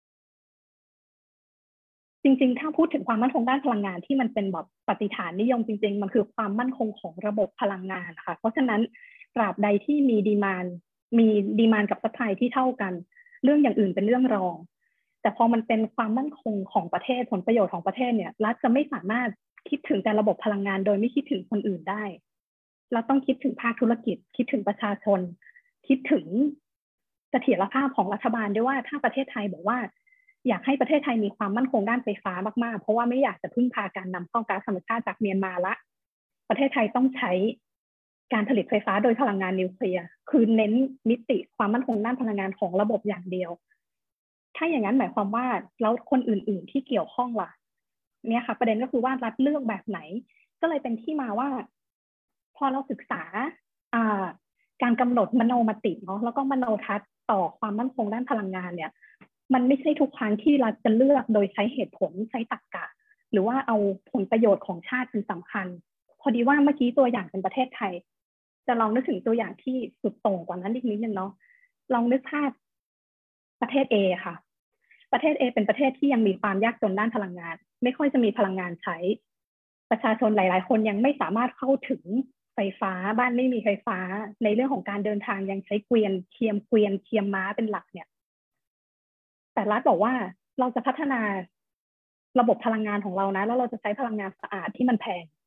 จริงๆถ้าพูดถึงความมั่นคงด้านพลังงานที่มันเป็นแบบปฏิฐานนิยมจริงๆมันคือความมั่นคงของระบบพลังงานค่ะเพราะฉะนั้นตราบใดที่มีดีมานด์มีดีมานด์กับซัพพลายที่เท่ากันเรื่องอย่างอื่นเป็นเรื่องรองแต่พอมันเป็นความมั่นคงของประเทศผลประโยชน์ของประเทศเนี่ยรัฐจะไม่สามารถคิดถึงแต่ระบบพลังงานโดยไม่คิดถึงคนอื่นได้เราต้องคิดถึงภาคธุรกิจคิดถึงประชาชนคิดถึงเสถียรภาพของรัฐบาลด้วยว่าถ้าประเทศไทยบอกว่าอยากให้ประเทศไทยมีความมั่นคงด้านไฟฟ้ามากๆเพราะว่าไม่อยากจะพึ่งพาการนำเข้าก๊าซธรรมชาติจากเมียนมาละประเทศไทยต้องใช้การผลิตไฟฟ้าโดยพลังงานนิวเคลียร์คือเน้นมิติความมั่นคงด้านพลังงานของระบบอย่างเดียวถ้าอย่างนั้นหมายความว่าแล้วคนอื่นๆที่เกี่ยวข้องล่ะเนี่ยค่ะประเด็นก็คือว่ารัฐเลือกแบบไหนก็เลยเป็นที่มาว่าพอเราศึกษาการกำหนดมโนมติเนาะแล้วก็มโนทัศน์ต่อความมั่นคงด้านพลังงานเนี่ยมันไม่ใช่ทุกครั้งที่รัฐจะเลือกโดยใช้เหตุผลใช้ตรรกะหรือว่าเอาผลประโยชน์ของชาติเป็นสำคัญพอดีว่าเมื่อกี้ตัวอย่างเป็นประเทศไทยจะลองนึกถึงตัวอย่างที่สุดโต่งกว่านั้นอีกนิดนึงเนาะลองนึกภาพประเทศ A ค่ะประเทศ A เป็นประเทศที่ยังมีความยากจนด้านพลังงานไม่ค่อยจะมีพลังงานใช้ประชาชนหลายๆคนยังไม่สามารถเข้าถึงไฟฟ้าบ้านไม่มีไฟฟ้าในเรื่องของการเดินทางยังใช้เกวียนเทียมเกวียนเทียมม้าเป็นหลักเนี่ยแต่รัฐบอกว่าเราจะพัฒนาระบบพลังงานของเรานะแล้วเราจะใช้พลังงานสะอาดที่มันแพง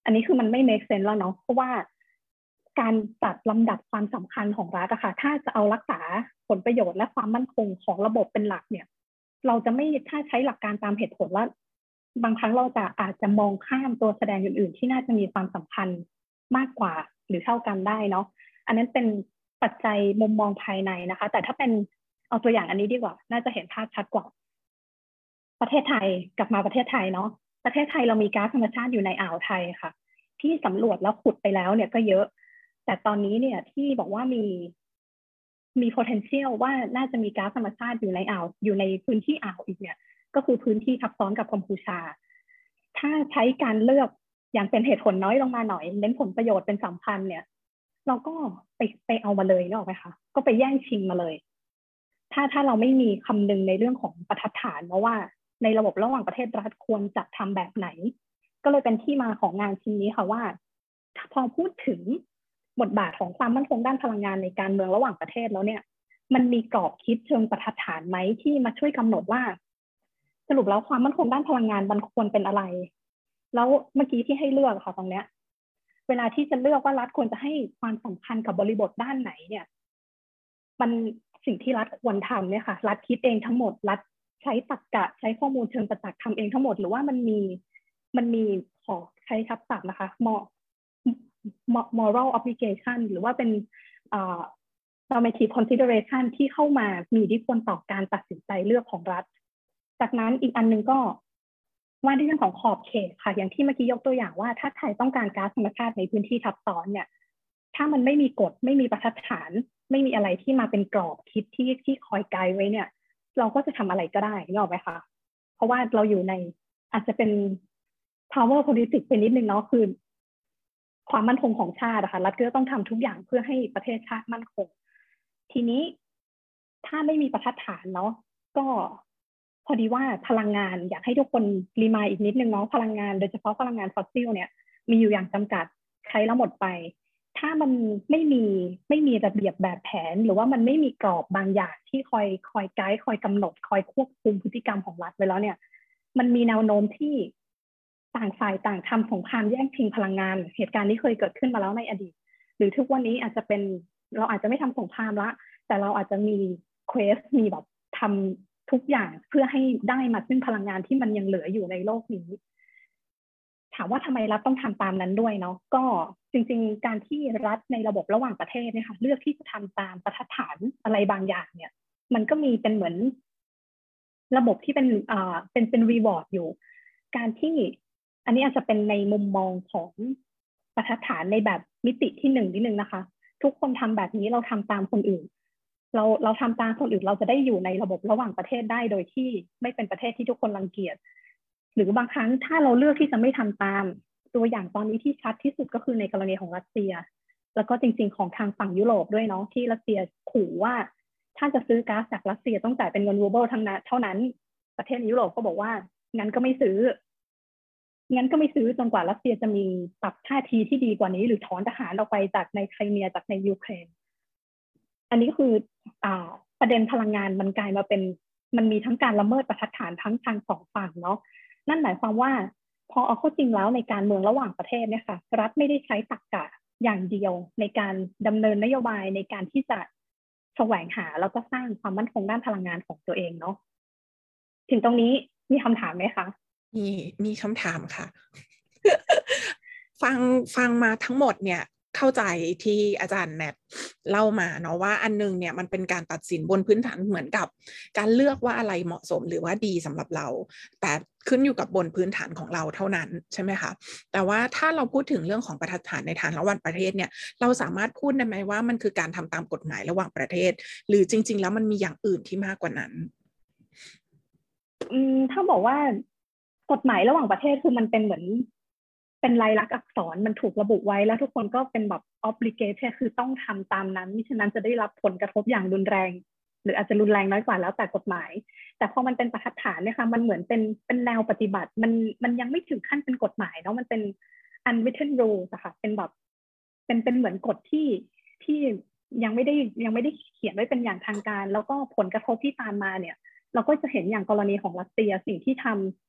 อันนี้คือมันไม่ make sense แล้วเนาะเพราะว่าการจัดลำดับความสำคัญของรัฐอะค่ะถ้าจะเอารักษาผลประโยชน์และความมั่นคงของระบบเป็นหลักเนี่ยเราจะไม่ถ้าใช้หลักการตามเหตุผลแล้วบางครั้งเราจะอาจจะมองข้ามตัวแสดงอื่นๆที่น่าจะมีความสำคัญมากกว่าหรือเท่ากันได้เนาะอันนั้นเป็นปัจจัยมุมมองภายในนะคะแต่ถ้าเป็นเอาตัวอย่างอันนี้ดีกว่าน่าจะเห็นภาพชัดกว่าประเทศไทยกลับมาประเทศไทยเนาะประเทศไทยเรามีก๊าซธรรมชาติอยู่ในอ่าวไทยค่ะที่สำรวจแล้วขุดไปแล้วเนี่ยก็เยอะแต่ตอนนี้เนี่ยที่บอกว่ามีมี potential ว่าน่าจะมีก๊าซธรรมชาติอยู่ในอ่าวอยู่ในพื้นที่อ่าวอีกเนี่ยก็คือพื้นที่ทับซ้อนกับกัมพูชาถ้าใช้การเลือกอย่างเป็นเหตุผลน้อยลงมาหน่อยเน้นผลประโยชน์เป็นสำคัญเนี่ยเราก็ไปไปเอามาเลยนึกออกไหมคะก็ไปแย่งชิงมาเลยถ้าถ้าเราไม่มีคำนึงในเรื่องของบรรทัดฐานเพราะว่าในระบบระหว่างประเทศรัฐควรจะทำแบบไหนก็เลยเป็นที่มาของงานชิ้นนี้ค่ะว่าพอพูดถึงบทบาทของความมั่นคงด้านพลังงานในการเมืองระหว่างประเทศแล้วเนี่ยมันมีกรอบคิดเชิงบรรทัดฐานไหมที่มาช่วยกำหนดว่าสรุปแล้วความมั่นคงด้านพลังงานมันควรเป็นอะไรแล้วเมื่อกี้ที่ให้เลือกค่ะตรงเนี้ยเวลาที่จะเลือกว่ารัฐควรจะให้ความสำคัญกับบริบทด้านไหนเนี่ยมันสิ่งที่รัฐควรทำเนี่ยค่ะรัฐคิดเองทั้งหมดรัฐใช้ตรรกะใช้ข้อมูลเชิงประจักษ์ทำเองทั้งหมดหรือว่ามันมีมันมีขอใช้ทับศัพท์นะคะ moral obligation หรือว่าเป็น normative consideration ที่เข้ามามีอิทธิพลต่อการตัดสินใจเลือกของรัฐจากนั้นอีกอันนึงก็ว่าในเรื่องของขอบเขตค่ะอย่างที่เมื่อกี้ยกตัวอย่างว่าถ้าไทยต้องการก๊าซธรรมชาติในพื้นที่ทับซ้อนเนี่ยถ้ามันไม่มีกฎไม่มีบรรทัดฐานไม่มีอะไรที่มาเป็นกรอบคิดที่ที่คอยไกด์ไว้เนี่ยเราก็จะทำอะไรก็ได้นึกออกไหมคะเพราะว่าเราอยู่ในอาจจะเป็น power politics เป็นนิดนึงเนาะคือความมั่นคงของชาตินะคะรัฐก็ต้องทำทุกอย่างเพื่อให้ประเทศชาติมั่นคงทีนี้ถ้าไม่มีบรรทัดฐานเนาะก็พอดีว่าพลังงานอยากให้ทุกคนรีมายอีกนิดนึงเนาะพลังงานโดยเฉพาะพลังงานฟอสซิลเนี่ยมีอยู่อย่างจำกัดใช้แล้วหมดไปถ้ามันไม่มีไม่มีระเบียบแบบแผนหรือว่ามันไม่มีกรอบบางอย่างที่คอยคอยไกด์คอยกำหนดคอยควบคุมพฤติกรรมของรัฐไว้แล้วเนี่ยมันมีแนวโน้มที่ต่างฝ่ายต่างทำสงครามแย่งชิงพลังงานเหตุการณ์นี้เคยเกิดขึ้นมาแล้วในอดีตหรือทุกวันนี้อาจจะเป็นเราอาจจะไม่ทำสงครามละแต่เราอาจจะมีเควสมีแบบทำทุกอย่างเพื่อให้ได้มาซึ่งพลังงานที่มันยังเหลืออยู่ในโลกนี้ถามว่าทำไมรัฐต้องทำตามนั้นด้วยเนาะก็จริงๆการที่รัฐในระบบระหว่างประเทศเนี่ยค่ะเลือกที่จะทำตามบรรทัดฐานอะไรบางอย่างเนี่ยมันก็มีเป็นเหมือนระบบที่เป็นอ่าเป็นเป็นรีวอร์ดอยู่การที่อันนี้อาจจะเป็นในมุมมองของบรรทัดฐานในแบบมิติที่หนึ่งนิดนึงนะคะทุกคนทำแบบนี้เราทำตามคนอื่นเราเราทำตามคนอื่นเราจะได้อยู่ในระบบระหว่างประเทศได้โดยที่ไม่เป็นประเทศที่ทุกคนรังเกียจหรือบางครั้งถ้าเราเลือกที่จะไม่ทำตามตัวอย่างตอนนี้ที่ชัดที่สุดก็คือในกรณีของรัสเซียแล้วก็จริงๆของทางฝั่งยุโรปด้วยเนาะที่รัสเซียขู่ว่าถ้าจะซื้อก๊าซจากรัสเซียต้องจ่ายเป็นเงินรูเบิลทั้งนั้นเท่านั้นประเทศยุโรปก็บอกว่างั้นก็ไม่ซื้องั้นก็ไม่ซื้อจนกว่ารัสเซียจะมีปรับท่าทีที่ดีกว่านี้หรือถอนทหารออกไปจากในไครเมียจากในยูเครนอันนี้คืออ่าประเด็นพลังงานมันกลายมาเป็นมันมีทั้งการละเมิดบรรทัดฐานทั้งทางสองฝั่งเนาะนั่นหมายความว่าพอเอาเข้าจริงแล้วในการเมืองระหว่างประเทศเนี่ยค่ะรัฐไม่ได้ใช้ตรรกะอย่างเดียวในการดำเนินนโยบายในการที่จะแสวงหาแล้วก็สร้างความมั่นคงด้านพลังงานของตัวเองเนาะถึงตรงนี้มีคำถามไหมคะมีมีคำถามค่ะ ฟังฟังมาทั้งหมดเนี่ยเข้าใจที่อาจารย์แนทเล่ามาเนาะว่าอันนึงเนี่ยมันเป็นการตัดสินบนพื้นฐานเหมือนกับการเลือกว่าอะไรเหมาะสมหรือว่าดีสำหรับเราแต่ขึ้นอยู่กับบนพื้นฐานของเราเท่านั้นใช่ไหมคะแต่ว่าถ้าเราพูดถึงเรื่องของบรรทัดฐานในฐานระหว่างประเทศเนี่ยเราสามารถพูดได้ไหมว่ามันคือการทำตามกฎหมายระหว่างประเทศหรือจริงๆแล้วมันมีอย่างอื่นที่มากกว่านั้นอืมถ้าบอกว่ากฎหมายระหว่างประเทศคือมันเป็นเหมือนเป็นลายลักษณ์อักษรมันถูกระบุไว้แล้วทุกคนก็เป็นแบบ obligation คือต้องทำตามนั้นมิฉะนั้นจะได้รับผลกระทบอย่างรุนแรงหรืออาจจะรุนแรงน้อยกว่าแล้วแต่กฎหมายแต่พอมันเป็นบรรทัดฐานเนี่ยค่ะมันเหมือนเป็นเป็นแนวปฏิบัติมันมันยังไม่ถึงขั้นเป็นกฎหมายเนาะมันเป็น unwritten rules อะค่ะเป็นแบบเป็นเป็นเหมือนกฎที่ที่ยังไม่ได้ยังไม่ได้เขียนไว้เป็นอย่างทางการแล้วก็ผลกระทบที่ตามมาเนี่ยเราก็จะเห็นอย่างกรณีของรัสเซียสิ่งที่ท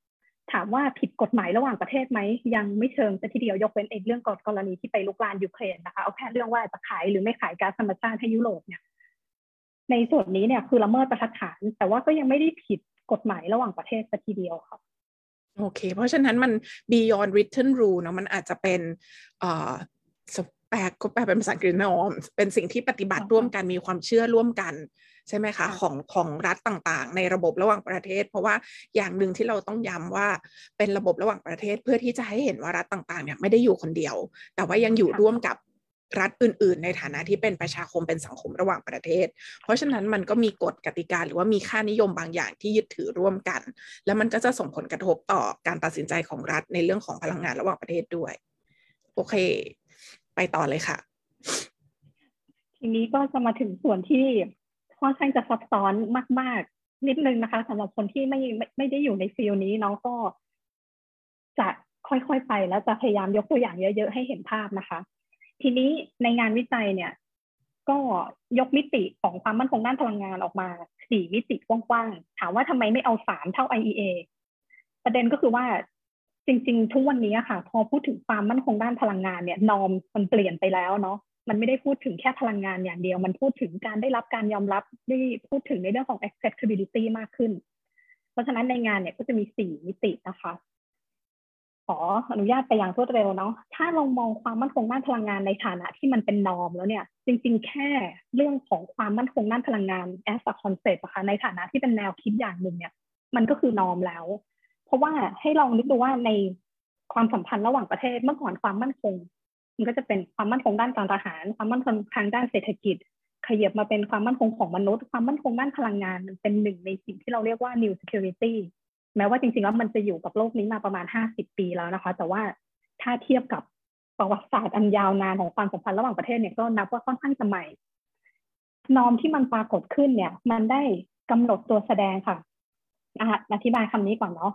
ถามว่าผิดกฎหมายระหว่างประเทศไหมยังไม่เชิงแต่ทีเดียวยกเว้นเองเรื่องกรณีที่ไปลุกรานยูเครนนะคะเอาแค่เรื่องว่าจะขายหรือไม่ขายก๊าซธรรมชาติให้ยุโรปเนี่ยในส่วนนี้เนี่ยคือละเมิดบรรทัดฐานแต่ว่าก็ยังไม่ได้ผิดกฎหมายระหว่างประเทศแต่ทีเดียวค่ะโอเคเพราะฉะนั้นมัน beyond written rule เนาะมันอาจจะเป็นเอ่อแปลก็แปลเป็นภาษาอังกฤษ norm เป็นสิ่งที่ปฏิบัติร่วมกันมีความเชื่อร่วมกันใช่ไหมคะของของรัฐต่างๆในระบบระหว่างประเทศเพราะว่าอย่างหนึ่งที่เราต้องย้ำว่าเป็นระบบระหว่างประเทศเพื่อที่จะให้เห็นว่ารัฐต่างๆเนี่ยไม่ได้อยู่คนเดียวแต่ว่ายังอยู่ร่วมกับรัฐอื่นๆในฐานะที่เป็นประชาคมเป็นสังคมระหว่างประเทศเพราะฉะนั้นมันก็มีกฎกติกาหรือว่ามีค่านิยมบางอย่างที่ยึดถือร่วมกันแล้วมันก็จะส่งผลกระทบต่อการตัดสินใจของรัฐในเรื่องของพลังงานระหว่างประเทศด้วยโอเคไปต่อเลยค่ะทีนี้ก็จะมาถึงส่วนที่ค่อนข้างจะซับซ้อนมากๆนิดนึงนะคะสำหรับคนที่ไม่ไม่ไม่ได้อยู่ในฟิลนี้เนาะก็จะค่อยๆไปแล้วจะพยายามยกตัวอย่างเยอะๆให้เห็นภาพนะคะทีนี้ในงานวิจัยเนี่ยก็ยกมิติของความมั่นคงด้านพลังงานออกมาสี่มิติกว้างๆถามว่าทำไมไม่เอาสามเท่า ไอ อี เอ ประเด็นก็คือว่าจริงๆทุกวันนี้ค่ะพอพูดถึงความมั่นคงด้านพลังงานเนี่ยนอร์มมันเปลี่ยนไปแล้วเนาะมันไม่ได้พูดถึงแค่พลังงานอย่างเดียวมันพูดถึงการได้รับการยอมรับได้พูดถึงในเรื่องของ acceptability มากขึ้นเพราะฉะนั้นในงานเนี่ยก็จะมีสี่มิตินะคะขออนุญาตไปอย่างรวดเร็วเนาะถ้าเรามองความมั่นคงด้านพลังงานในฐานะที่มันเป็นนอร์มแล้วเนี่ยจริงๆแค่เรื่องของความมั่นคงด้านพลังงาน as a concept นะคะในฐานะที่เป็นแนวคิดอย่างหนึ่งเนี่ยมันก็คือนอร์มแล้วเพราะว่าให้ลองนึกดูว่าในความสัมพันธ์ระหว่างประเทศเมื่อก่อนความมั่นคงมันก็จะเป็นความมั่นคงด้านการทหารความมั่นคงทางด้านเศรษฐกิจขยับมาเป็นความมั่นคงของมนุษย์ความมั่นคงด้านพลังงานมันเป็นหนึ่งในสิ่งที่เราเรียกว่า new security แม้ว่าจริงๆแล้วมันจะอยู่กับโลกนี้มาประมาณห้าสิบปีแล้วนะคะแต่ว่าถ้าเทียบกับประวัติศาสตร์อันยาวนานของความสัมพันธ์ระหว่างประเทศเนี่ยก็นับว่าค่อนข้างจะใหม่นอร์มที่มันปรากฏขึ้นเนี่ยมันได้กำหนดตัวแสดงค่ะอธิบายคำนี้ก่อนเนาะ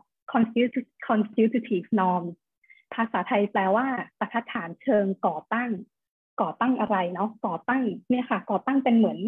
constitutive norm ภาษาไทยแปลว่าบรรทัดฐานเชิงก่อตั้งก่อตั้งอะไรเนาะก่อตั้งเนี่ยค่ะก่อตั้งเป็นเหมือน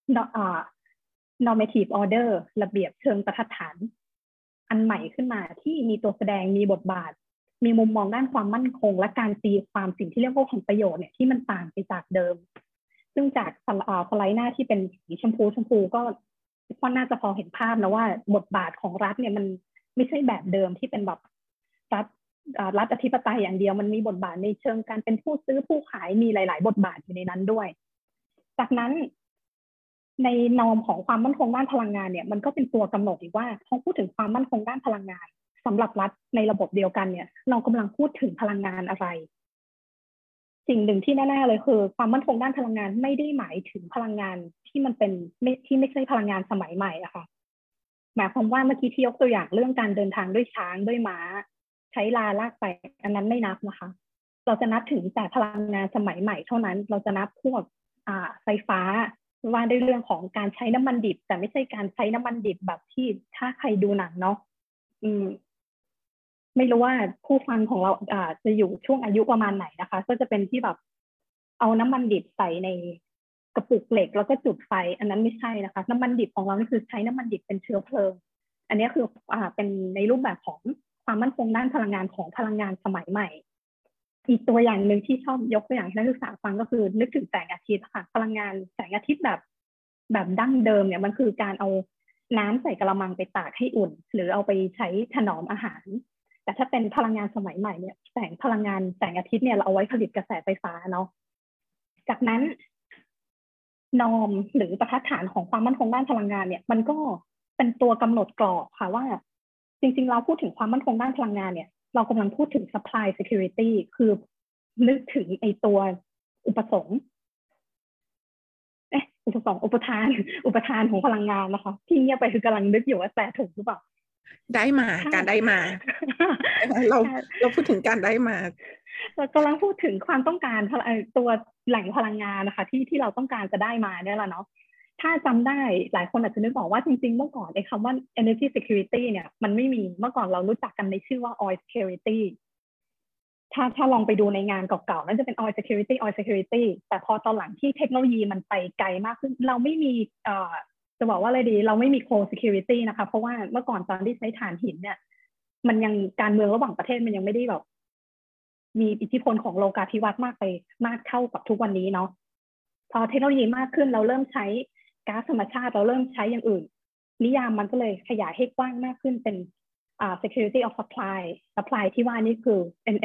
normative order ระเบียบเชิงบรรทัดฐานอันใหม่ขึ้นมาที่มีตัวแสดงมีบทบาทมีมุมมองด้านความมั่นคงและการตีความสิ่งที่เรียกว่าผลประโยชน์เนี่ยที่มันต่างไปจากเดิมซึ่งจากสไลด์หน้าที่เป็นสีชมพูชมพูก็ก็น่าจะพอเห็นภาพนะว่าบทบาทของรัฐเนี่ยมันไม่ใช่แบบเดิมที่เป็นแบบรัฐรัฐอธิปไตยอย่างเดียวมันมีบทบาทในเชิงการเป็นผู้ซื้อผู้ขายมีหลายๆบทบาทอยู่ในนั้นด้วยจากนั้นในนอมของความมั่นคงด้านพลังงานเนี่ยมันก็เป็นตัวกำหนดอีกว่าพอพูดถึงความมั่นคงด้านพลังงานสำหรับรัฐในระบบเดียวกันเนี่ยเรากำลังพูดถึงพลังงานอะไรสิ่งหนึ่งที่แน่ๆเลยคือความมั่นคงด้านพลังงานไม่ได้หมายถึงพลังงานที่มันเป็นไม่ที่ไม่ใช่พลังงานสมัยใหม่อะค่ะหมายความว่าเมื่อกี้ที่ยกตัวอย่างเรื่องการเดินทางด้วยช้างด้วยม้าใช้ลาลากไปอันนั้นไม่นับนะคะเราจะนับถึงแต่พลังงานสมัยใหม่เท่านั้นเราจะนับพวกอ่าไฟฟ้าว่าด้วยเรื่องของการใช้น้ำมันดิบแต่ไม่ใช่การใช้น้ำมันดิบแบบที่ถ้าใครดูหนังเนาะอืมไม่รู้ว่าผู้ฟังของเราอ่าจะอยู่ช่วงอายุประมาณไหนนะคะก็จะเป็นที่แบบเอาน้ำมันดิบใส่ในกระปุกเหล็กแล้วก็จุดไฟอันนั้นไม่ใช่นะคะน้ำมันดิบของเรานี่คือใช้น้ำมันดิบเป็นเชื้อเพลิงอันนี้คืออ่าเป็นในรูปแบบของความมั่นคงด้านพลังงานของพลังงานสมัยใหม่อีกตัวอย่างหนึ่งที่ชอบยกตัวอย่างให้นักศึกษาฟังก็คือนึกถึงแสงอาทิตย์ค่ะพลังงานแสงอาทิตย์แบบแบบดั้งเดิมเนี่ยมันคือการเอาน้ำใส่กระมังไปตากให้อุ่นหรือเอาไปใช้ถนอมอาหารแต่ถ้าเป็นพลังงานสมัยใหม่เนี่ยแสงพลังงานแสงอาทิตย์เนี่ยเราเอาไว้ผลิตกระแสไฟฟ้าเนาะจากนั้นนอมหรือบรรทัดฐานของความมั่นคงด้านพลังงานเนี่ยมันก็เป็นตัวกำหนดกรอบค่ะว่าจริงๆเราพูดถึงความมั่นคงด้านพลังงานเนี่ยเรากำลังพูดถึง supply security คือนึกถึงไอตัวอุปสงค์เอ๊ะอุปสงค์อุปทานอุปทานของพลังงานนะคะที่เงียบไปคือกำลังนึกอยู่ว่าแต่ถูกหรือเปล่าได้มาการได้มาเราเราพูดถึงการได้มาเรากำลังพูดถึงความต้องการตัวแหล่งพลังงานนะคะที่ที่เราต้องการจะได้มาเนี่ยแหละเนาะถ้าจำได้หลายคนอาจจะนึกออกว่าจริงๆเมื่อก่อนไอ้คำว่า energy security เนี่ยมันไม่มีเมื่อก่อนเรารู้จักกันในชื่อว่า oil security ถ้าถ้าลองไปดูในงานเก่าๆนั่นจะเป็น oil security oil security แต่พอตอนหลังที่เทคโนโลยีมันไปไกลมากขึ้นเราไม่มีเอ่อจะบอกว่าอะไรดีเราไม่มี coal security นะคะเพราะว่าเมื่อก่อนตอนที่ใช้ถ่านหินเนี่ยมันยังการเมืองระหว่างประเทศมันยังไม่ได้แบบมีอิทธิพลของโลกาภิวัตน์มากไปมากเท่ากับทุกวันนี้เนาะพอเทคโนโลยีมากขึ้นเราเริ่มใช้ก๊าซธรรมชาติเราเริ่มใช้อย่างอื่นนิยามมันก็เลยขยายให้กว้างมากขึ้นเป็นอ่า security of supply supply ที่ว่านี่คือ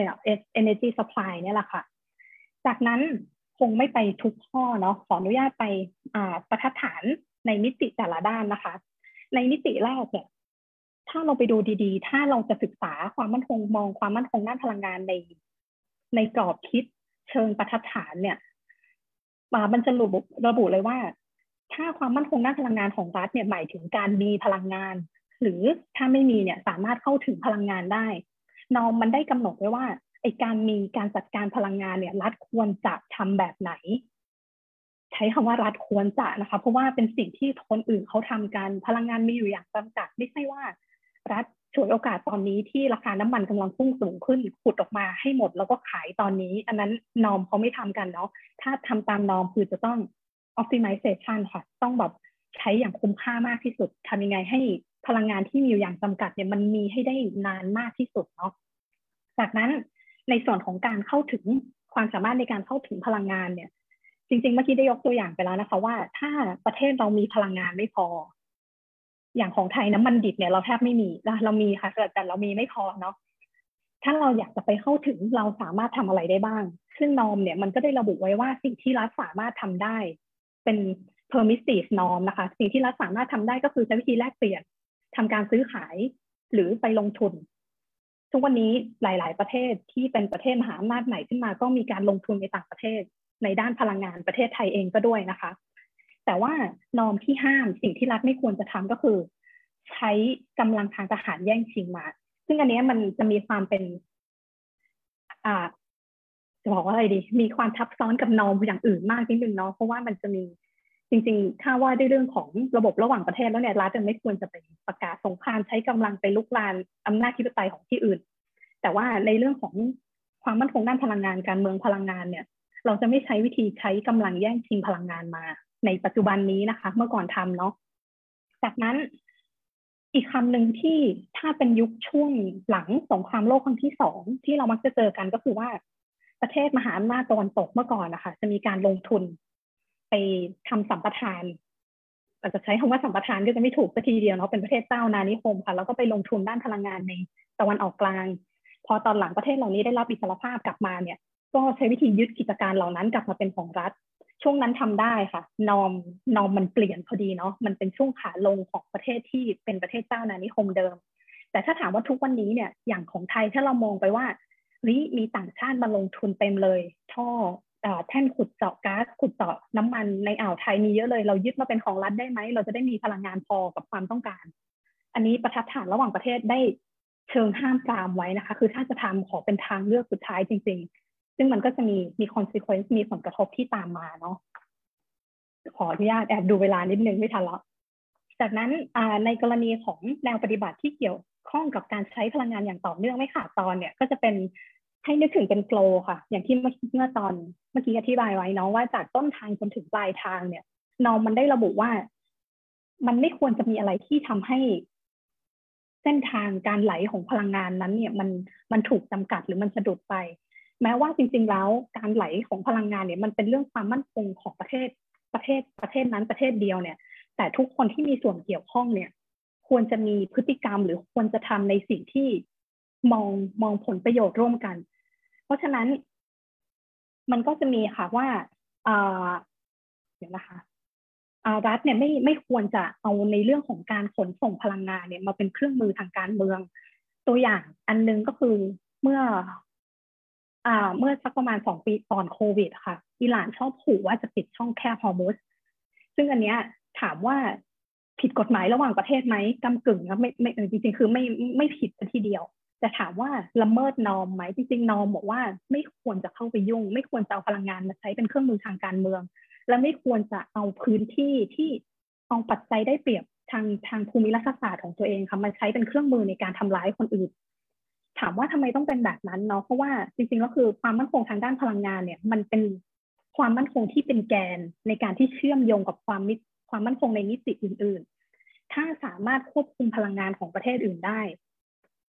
energy supply เนี่ยแหละค่ะจากนั้นคงไม่ไปทุกข้อเนาะขออนุญาตไปอ่าประทัดฐานในมิติแต่ละด้านนะคะในมิติแรกเนี่ยถ้าเราไปดูดีๆถ้าเราจะศึกษาความมั่นคงมองความมั่นคงด้านพลังงานในในกรอบคิดเชิงประทัดฐานเนี่ยมันจะระบุระบุเลยว่าถ้าความมั่นคงด้านพลังงานของรัฐเนี่ยหมายถึงการมีพลังงานหรือถ้าไม่มีเนี่ยสามารถเข้าถึงพลังงานได้นอมมันได้กำหนดไว้ว่าไอการมีการจัดการพลังงานเนี่ยรัฐควรจะทำแบบไหนใช้คำว่ารัฐควรจะนะคะเพราะว่าเป็นสิ่งที่คนอื่นเขาทำกันพลังงานมีอยู่อย่างจำกัดไม่ใช่ว่ารัฐฉวยโอกาสตอนนี้ที่ราคาน้ำมันกำลังพุ่งสูงขึ้นขุดออกมาให้หมดแล้วก็ขายตอนนี้อันนั้นนอมเขาไม่ทำกันเนาะถ้าทำตามนอมคือจะต้อง optimization ค่ะต้องแบบใช้อย่างคุ้มค่ามากที่สุดทำยังไงให้พลังงานที่มีอยู่อย่างจำกัดเนี่ยมันมีให้ได้นานมากที่สุดเนาะจากนั้นในส่วนของการเข้าถึงความสามารถในการเข้าถึงพลังงานเนี่ยจริงๆเมื่อกี้ได้ยกตัวอย่างไปแล้วนะคะว่าถ้าประเทศเรามีพลังงานไม่พออย่างของไทยน้ำมันดิบเนี่ยเราแทบไม่มีเรามีค่ะแต่เรามีไม่พอเนาะถ้าเราอยากจะไปเข้าถึงเราสามารถทำอะไรได้บ้างซึ่งนอมเนี่ยมันก็ได้ระบุไว้ว่าสิ่งที่รัฐสามารถทำได้เป็น permissive norm นะคะสิ่งที่รัฐสามารถทำได้ก็คือใช้วิธีแลกเปลี่ยนทำการซื้อขายหรือไปลงทุนทุกวันนี้หลายๆประเทศที่เป็นประเทศมหาอำนาจใหม่ขึ้นมาก็มีการลงทุนในต่างประเทศในด้านพลังงานประเทศไทยเองก็ด้วยนะคะแต่ว่านอมที่ห้ามสิ่งที่รัฐไม่ควรจะทำก็คือใช้กำลังทางทหารแย่งชิงมาซึ่งอันนี้มันจะมีความเป็นอ่าจะบอกว่าอะไรดีมีความทับซ้อนกับนอมอย่างอื่นมากนิดนึงเนาะเพราะว่ามันจะมีจริงๆถ้าว่าด้วยเรื่องของระบบระหว่างประเทศแล้วเนี่ยรัฐจะไม่ควรจะไปประกาศสงครามใช้กำลังไปลุกลานอำนาจธิปไตยของที่อื่นแต่ว่าในเรื่องของความมั่นคงด้านพลังงานการเมืองพลังงานเนี่ยเราจะไม่ใช้วิธีใช้กำลังแย่งชิงพลังงานมาในปัจจุบันนี้นะคะเมื่อก่อนทำเนาะจากนั้นอีกคำหนึ่งที่ถ้าเป็นยุคช่วงหลังสงครามโลกครั้งที่สองที่เรามักจะเจอกันก็คือว่าประเทศมหาอำนาจตะวันตกเมื่อก่อนนะคะจะมีการลงทุนไปทำสัมปทานอาจจะใช้คำว่าสัมปทานก็จะไม่ถูกสักทีเดียวเนาะเป็นประเทศเจ้านานิคมค่ะแล้วก็ไปลงทุนด้านพลังงานในตะวันออกกลางพอตอนหลังประเทศเหล่านี้ได้รับอิสรภาพกลับมาเนี่ยก็ใช้วิธียึดกิจการเหล่านั้นกลับมาเป็นของรัฐช่วงนั้นทำได้ค่ะนอมนอมมันเปลี่ยนพอดีเนาะมันเป็นช่วงขาลงของประเทศที่เป็นประเทศเจ้านานิคมเดิมแต่ถ้าถามว่าทุกวันนี้เนี่ยอย่างของไทยถ้าเรามองไปว่านี่มีต่างชาติมาลงทุนเต็มเลยท่อแท่นขุดเจาะก๊าซขุดเจาะน้ำมันในอ่าวไทยมีเยอะเลยเรายึดมาเป็นของรัฐได้ไหมเราจะได้มีพลังงานพอกับความต้องการอันนี้ประทัดฐานระหว่างประเทศได้เชิงห้ามปรามไว้นะคะคือถ้าจะทำขอเป็นทางเลือกสุดท้ายจริงๆซึ่งมันก็จะมีมี consequence มีผลกระทบที่ตามมาเนาะขออนุญาตแอบดูเวลานิดนึงไม่ทันแล้วจากนั้นในกรณีของแนวปฏิบัติที่เกี่ยวข้องกับการใช้พลังงานอย่างต่อเนื่องไม่ขาดตอนเนี่ยก็จะเป็นให้นึกถึงเป็นโฟลว์ค่ะอย่างที่เมื่อตอนเมื่อกี้อธิบายไว้เนาะว่าจากต้นทางจนถึงปลายทางเนี่ยนอมมันได้ระบุว่ามันไม่ควรจะมีอะไรที่ทำให้เส้นทางการไหลของพลังงานนั้นเนี่ยมันมันถูกจำกัดหรือมันสะดุดไปแม้ว่าจริงๆแล้วการไหลของพลังงานเนี่ยมันเป็นเรื่องความมั่นคงของประเทศประเทศประเทศนั้นประเทศเดียวเนี่ยแต่ทุกคนที่มีส่วนเกี่ยวข้องเนี่ยควรจะมีพฤติกรรมหรือควรจะทำในสิ่งที่มองมองผลประโยชน์ร่วมกันเพราะฉะนั้นมันก็จะมีค่ะว่าอ่าเดี๋ยวนะคะรัฐเนี่ยไม่ไม่ควรจะเอาในเรื่องของการขนส่งพลังงานเนี่ยมาเป็นเครื่องมือทางการเมืองตัวอย่างอันนึงก็คือเมื่ออ่าเมื่อสักประมาณสองปีก่อนโควิดค่ะอิหร่านชอบขู่ว่าจะปิดช่องแคบฮอร์มุซซึ่งอันเนี้ยถามว่าผิดกฎหมายระหว่างประเทศไหมกำกึ่งนะไม่ไม่จริงๆคือไม่ไม่ผิดทีเดียวแต่ถามว่าละเมิดนอมไหมจริงๆนอมบอกว่าไม่ควรจะเข้าไปยุ่งไม่ควรจะเอาพลังงานมาใช้เป็นเครื่องมือทางการเมืองและไม่ควรจะเอาพื้นที่ที่เอาปัจจัยได้เปรียบทางทางภูมิรัฐศาสตร์ของตัวเองค่ะมาใช้เป็นเครื่องมือในการทำร้ายคนอื่นถามว่าทำไมต้องเป็นแบบนั้นเนาะเพราะว่าจริงๆก็คือความมั่นคงทางด้านพลังงานเนี่ยมันเป็นความมั่นคงที่เป็นแกนในการที่เชื่อมโยงกับความมิความมั่นคงในมิติอื่นๆถ้าสามารถควบคุมพลังงานของประเทศอื่นได้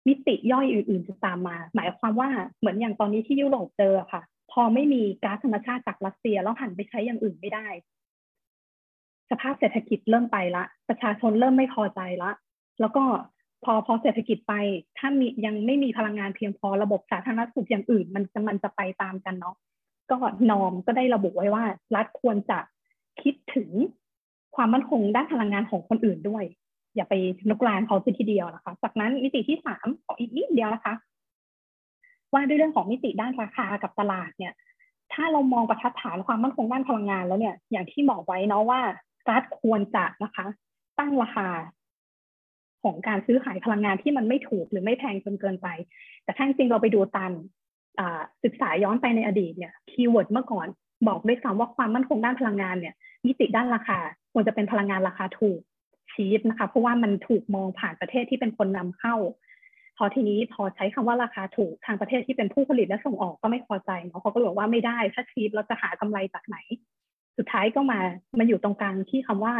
มิติย่อยอื่นๆจะตามมาหมายความว่าเหมือนอย่างตอนนี้ที่ยุโรปเจอค่ะพอไม่มีก๊าซธรรมชาติจากรัสเซียแล้วหันไปใช้อย่างอื่นไม่ได้สภาพเศรษฐกิจเริ่มไปละประชาชนเริ่มไม่พอใจละแล้วก็พอพอเศรษฐกิจไปถ้ามียังไม่มีพลังงานเพียงพอระบบสาธารณสุขอย่างอื่นมันจะมันจะไปตามกันเนาะก็นอมก็ได้ระบุไว้ว่ารัฐควรจะคิดถึงความมั่นคงด้านพลังงานของคนอื่นด้วยอย่าไปลุกลานเขาทีเดียวนะคะจากนั้นมิติที่สามขออีกนิดเดียวนะคะว่าด้วยเรื่องของมิติด้านราคากับตลาดเนี่ยถ้าเรามองบรรทัดฐานความมั่นคงด้านพลังงานแล้วเนี่ยอย่างที่บอกไว้เนาะว่ารัฐควรจะนะคะตั้งราคาของการซื้อขายพลังงานที่มันไม่ถูกหรือไม่แพงจนเกินไปแต่ถ้าจริงเราไปดูตามศึกษาย้อนไปในอดีตเนี่ยคีย์เวิร์ดเมื่อก่อนบอกด้วยซ้ำว่าความมั่นคงด้านพลังงานเนี่ยมิติด้านราคาควรจะเป็นพลังงานราคาถูกชีพนะคะเพราะว่ามันถูกมองผ่านประเทศที่เป็นคนนำเข้าพอทีนี้พอใช้คำว่าราคาถูกทางประเทศที่เป็นผู้ผลิตและส่งออกก็ไม่พอใจเนาะเขาก็บอกว่าไม่ได้ถ้าชีพเราจะหากำไรจากไหนสุดท้ายก็มามาอยู่ตรงกลางที่คำว่า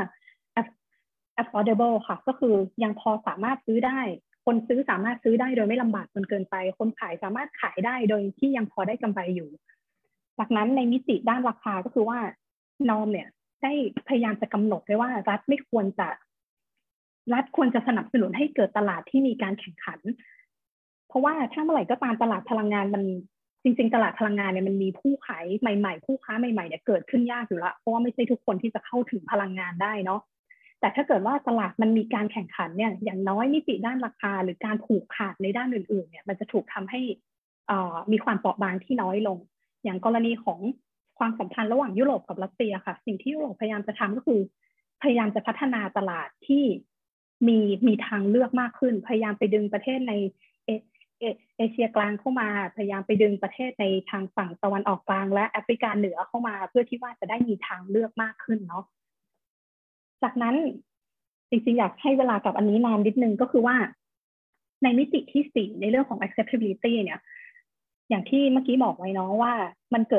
affordable ค่ะก็คือยังพอสามารถซื้อได้คนซื้อสามารถซื้อได้โดยไม่ลำบากจนเกินไปคนขายสามารถขายได้โดยที่ยังพอได้กำไรอยู่จากนั้นในมิติด้านราคาก็คือว่านอมเนี่ยได้พยายามจะกำหนดไว้ว่ารัฐไม่ควรจะรัฐควรจะสนับสนุนให้เกิดตลาดที่มีการแข่งขันเพราะว่าถ้าเมื่อไหร่ก็ตามตลาดพลังงานมันจริงๆตลาดพลังงานเนี่ยมันมีผู้ขายใหม่ๆผู้ค้าใหม่ๆเนี่ยเกิดขึ้นยากอยู่ละเพราะว่าไม่ใช่ทุกคนที่จะเข้าถึงพลังงานได้เนาะแต่ถ้าเกิดว่าตลาดมันมีการแข่งขันเนี่ยอย่างน้อยมิติด้านราคาหรือการผูกขาดในด้านอื่นๆเนี่ยมันจะถูกทำให้มีความเปราะบางที่น้อยลงอย่างกรณีของความสัมพันธ์ระหว่างยุโรปกับรัสเซียค่ะสิ่งที่ยุโรปพยายามจะทำก็คือพยายามจะพัฒนาตลาดที่มีมีทางเลือกมากขึ้นพยายามไปดึงประเทศในเอเอเอเชียกลางเข้ามาพยายามไปดึงประเทศในทางฝั่งตะวันออกกลางและแอฟริกาเหนือเข้ามาเพื่อที่ว่าจะได้มีทางเลือกมากขึ้นเนาะจากนั้นจริงๆอยากให้เวลากับอันนี้นานนิดนึงก็คือว่าในมิติที่สี่ในเรื่องของ acceptability เนี่ยอย่างที่เมื่อกี้บอกไว้เนาะว่ามันเกิด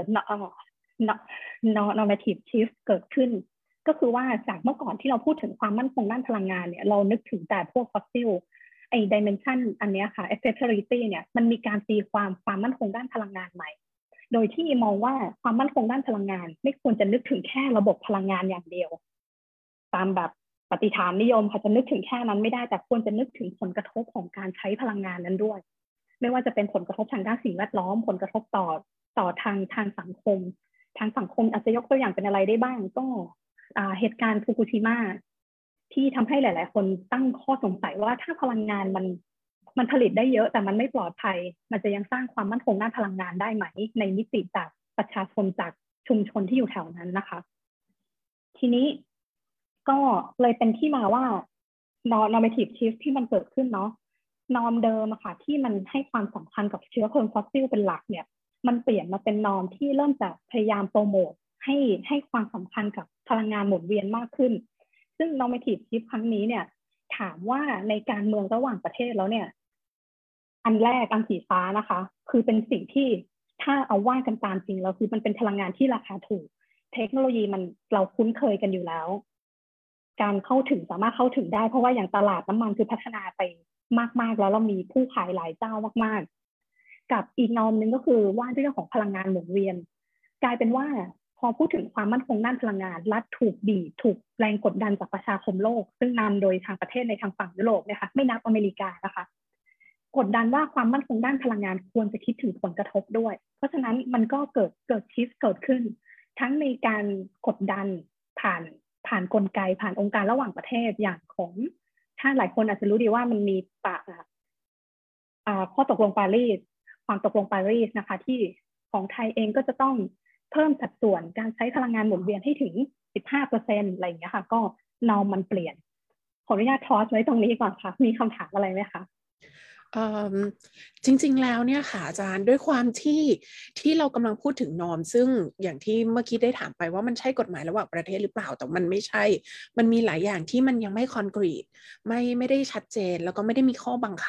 normative shift เกิดขึ้นก็คือว่าจากเมื่อก่อนที่เราพูดถึงความมั่นคงด้านพลังงานเนี่ยเรานึกถึงแต่พวก fossil ไอ้ dimension อันนี้ค่ะ acceptability เนี่ยมันมีการตีความความมั่นคงด้านพลังงานใหม่โดยที่มองว่าความมั่นคงด้านพลังงานไม่ควรจะนึกถึงแค่ระบบพลังงานอย่างเดียวตามแบบปฏิฐานนิยมค่ะจะนึกถึงแค่นั้นไม่ได้แต่ควรจะนึกถึงผลกระทบของการใช้พลังงานนั้นด้วยไม่ว่าจะเป็นผลกระทบทางด้านสิ่งแวดล้อมผลกระทบต่อต่อทางทางสังคมทางสังคมอาจจะยกตัวอย่างเป็นอะไรได้บ้างก็เหตุการณ์ฟุกุชิมะที่ทำให้หลายๆคนตั้งข้อสงสัยว่าถ้าพลังงานมันมันผลิตได้เยอะแต่มันไม่ปลอดภัยมันจะยังสร้างความมั่นคงด้านพลังงานได้ไหมในมิติจากประชาชนจากชุมชนที่อยู่แถวนั้นนะคะทีนี้ก็เลยเป็นที่มาว่า normative shift ที่มันเกิดขึ้นเนาะนอมเดิมอะค่ะที่มันให้ความสำคัญกับเชื้อเพลิงฟอสซิลเป็นหลักเนี่ยมันเปลี่ยนมาเป็นนอมที่เริ่มจะพยายามโปรโมทให้ให้ความสำคัญกับพลังงานหมุนเวียนมากขึ้นซึ่ง normative shift ครั้งนี้เนี่ยถามว่าในการเมืองระหว่างประเทศแล้วเนี่ยอันแรกอันสีฟ้านะคะคือเป็นสิ่งที่ถ้าเอาว่ากันตามจริงแล้วคือมันเป็นพลังงานที่ราคาถูกเทคโนโลยีมันเราคุ้นเคยกันอยู่แล้วการเข้าถึงสามารถเข้าถึงได้เพราะว่าอย่างตลาดน้ำมันคือพัฒนาไปมากๆแล้วเรามีผู้ขายหลายเจ้ามากๆกับอีกนอมนึงก็คือว่าด้วยเรื่องของพลังงานหมุนเวียนกลายเป็นว่าพอพูดถึงความมั่นคงด้านพลังงานรัฐถูกบีบถูกแรงกดดันจากประชาคมโลกซึ่งนำโดยทางประเทศในทางฝั่งยุโรปเนี่ยค่ะไม่นับอเมริกานะคะกดดันว่าความมั่นคงด้านพลังงานควรจะคิดถึงผลกระทบด้วยเพราะฉะนั้นมันก็เกิดเกิดชิฟต์เกิดขึ้นทั้งในการกดดันผ่านผ่านกลไกผ่านองค์การระหว่างประเทศอย่างของถ้าหลายคนอาจจะรู้ดีว่ามันมีปะข้อตกลงปารีสความตกลงปารีสนะคะที่ของไทยเองก็จะต้องเพิ่มสัดส่วนการใช้พลังงานหมุนเวียนให้ถึง สิบห้าเปอร์เซ็นต์ อะไรอย่างเงี้ยค่ะก็นอมมันเปลี่ยนขออนุญาตทอสไว้ตรงนี้ก่อนค่ะมีคำถามอะไรไหมคะจริงๆแล้วเนี่ยค่ะอาจารย์ด้วยความที่ที่เรากำลังพูดถึงนอมซึ่งอย่างที่เมื่อกี้ได้ถามไปว่ามันใช่กฎหมายระหว่างประเทศหรือเปล่าแต่มันไม่ใช่มันมีหลายอย่างที่มันยังไม่คอนกรีตไม่ไม่ได้ชัดเจนแล้วก็ไม่ได้มีข้อบังคับ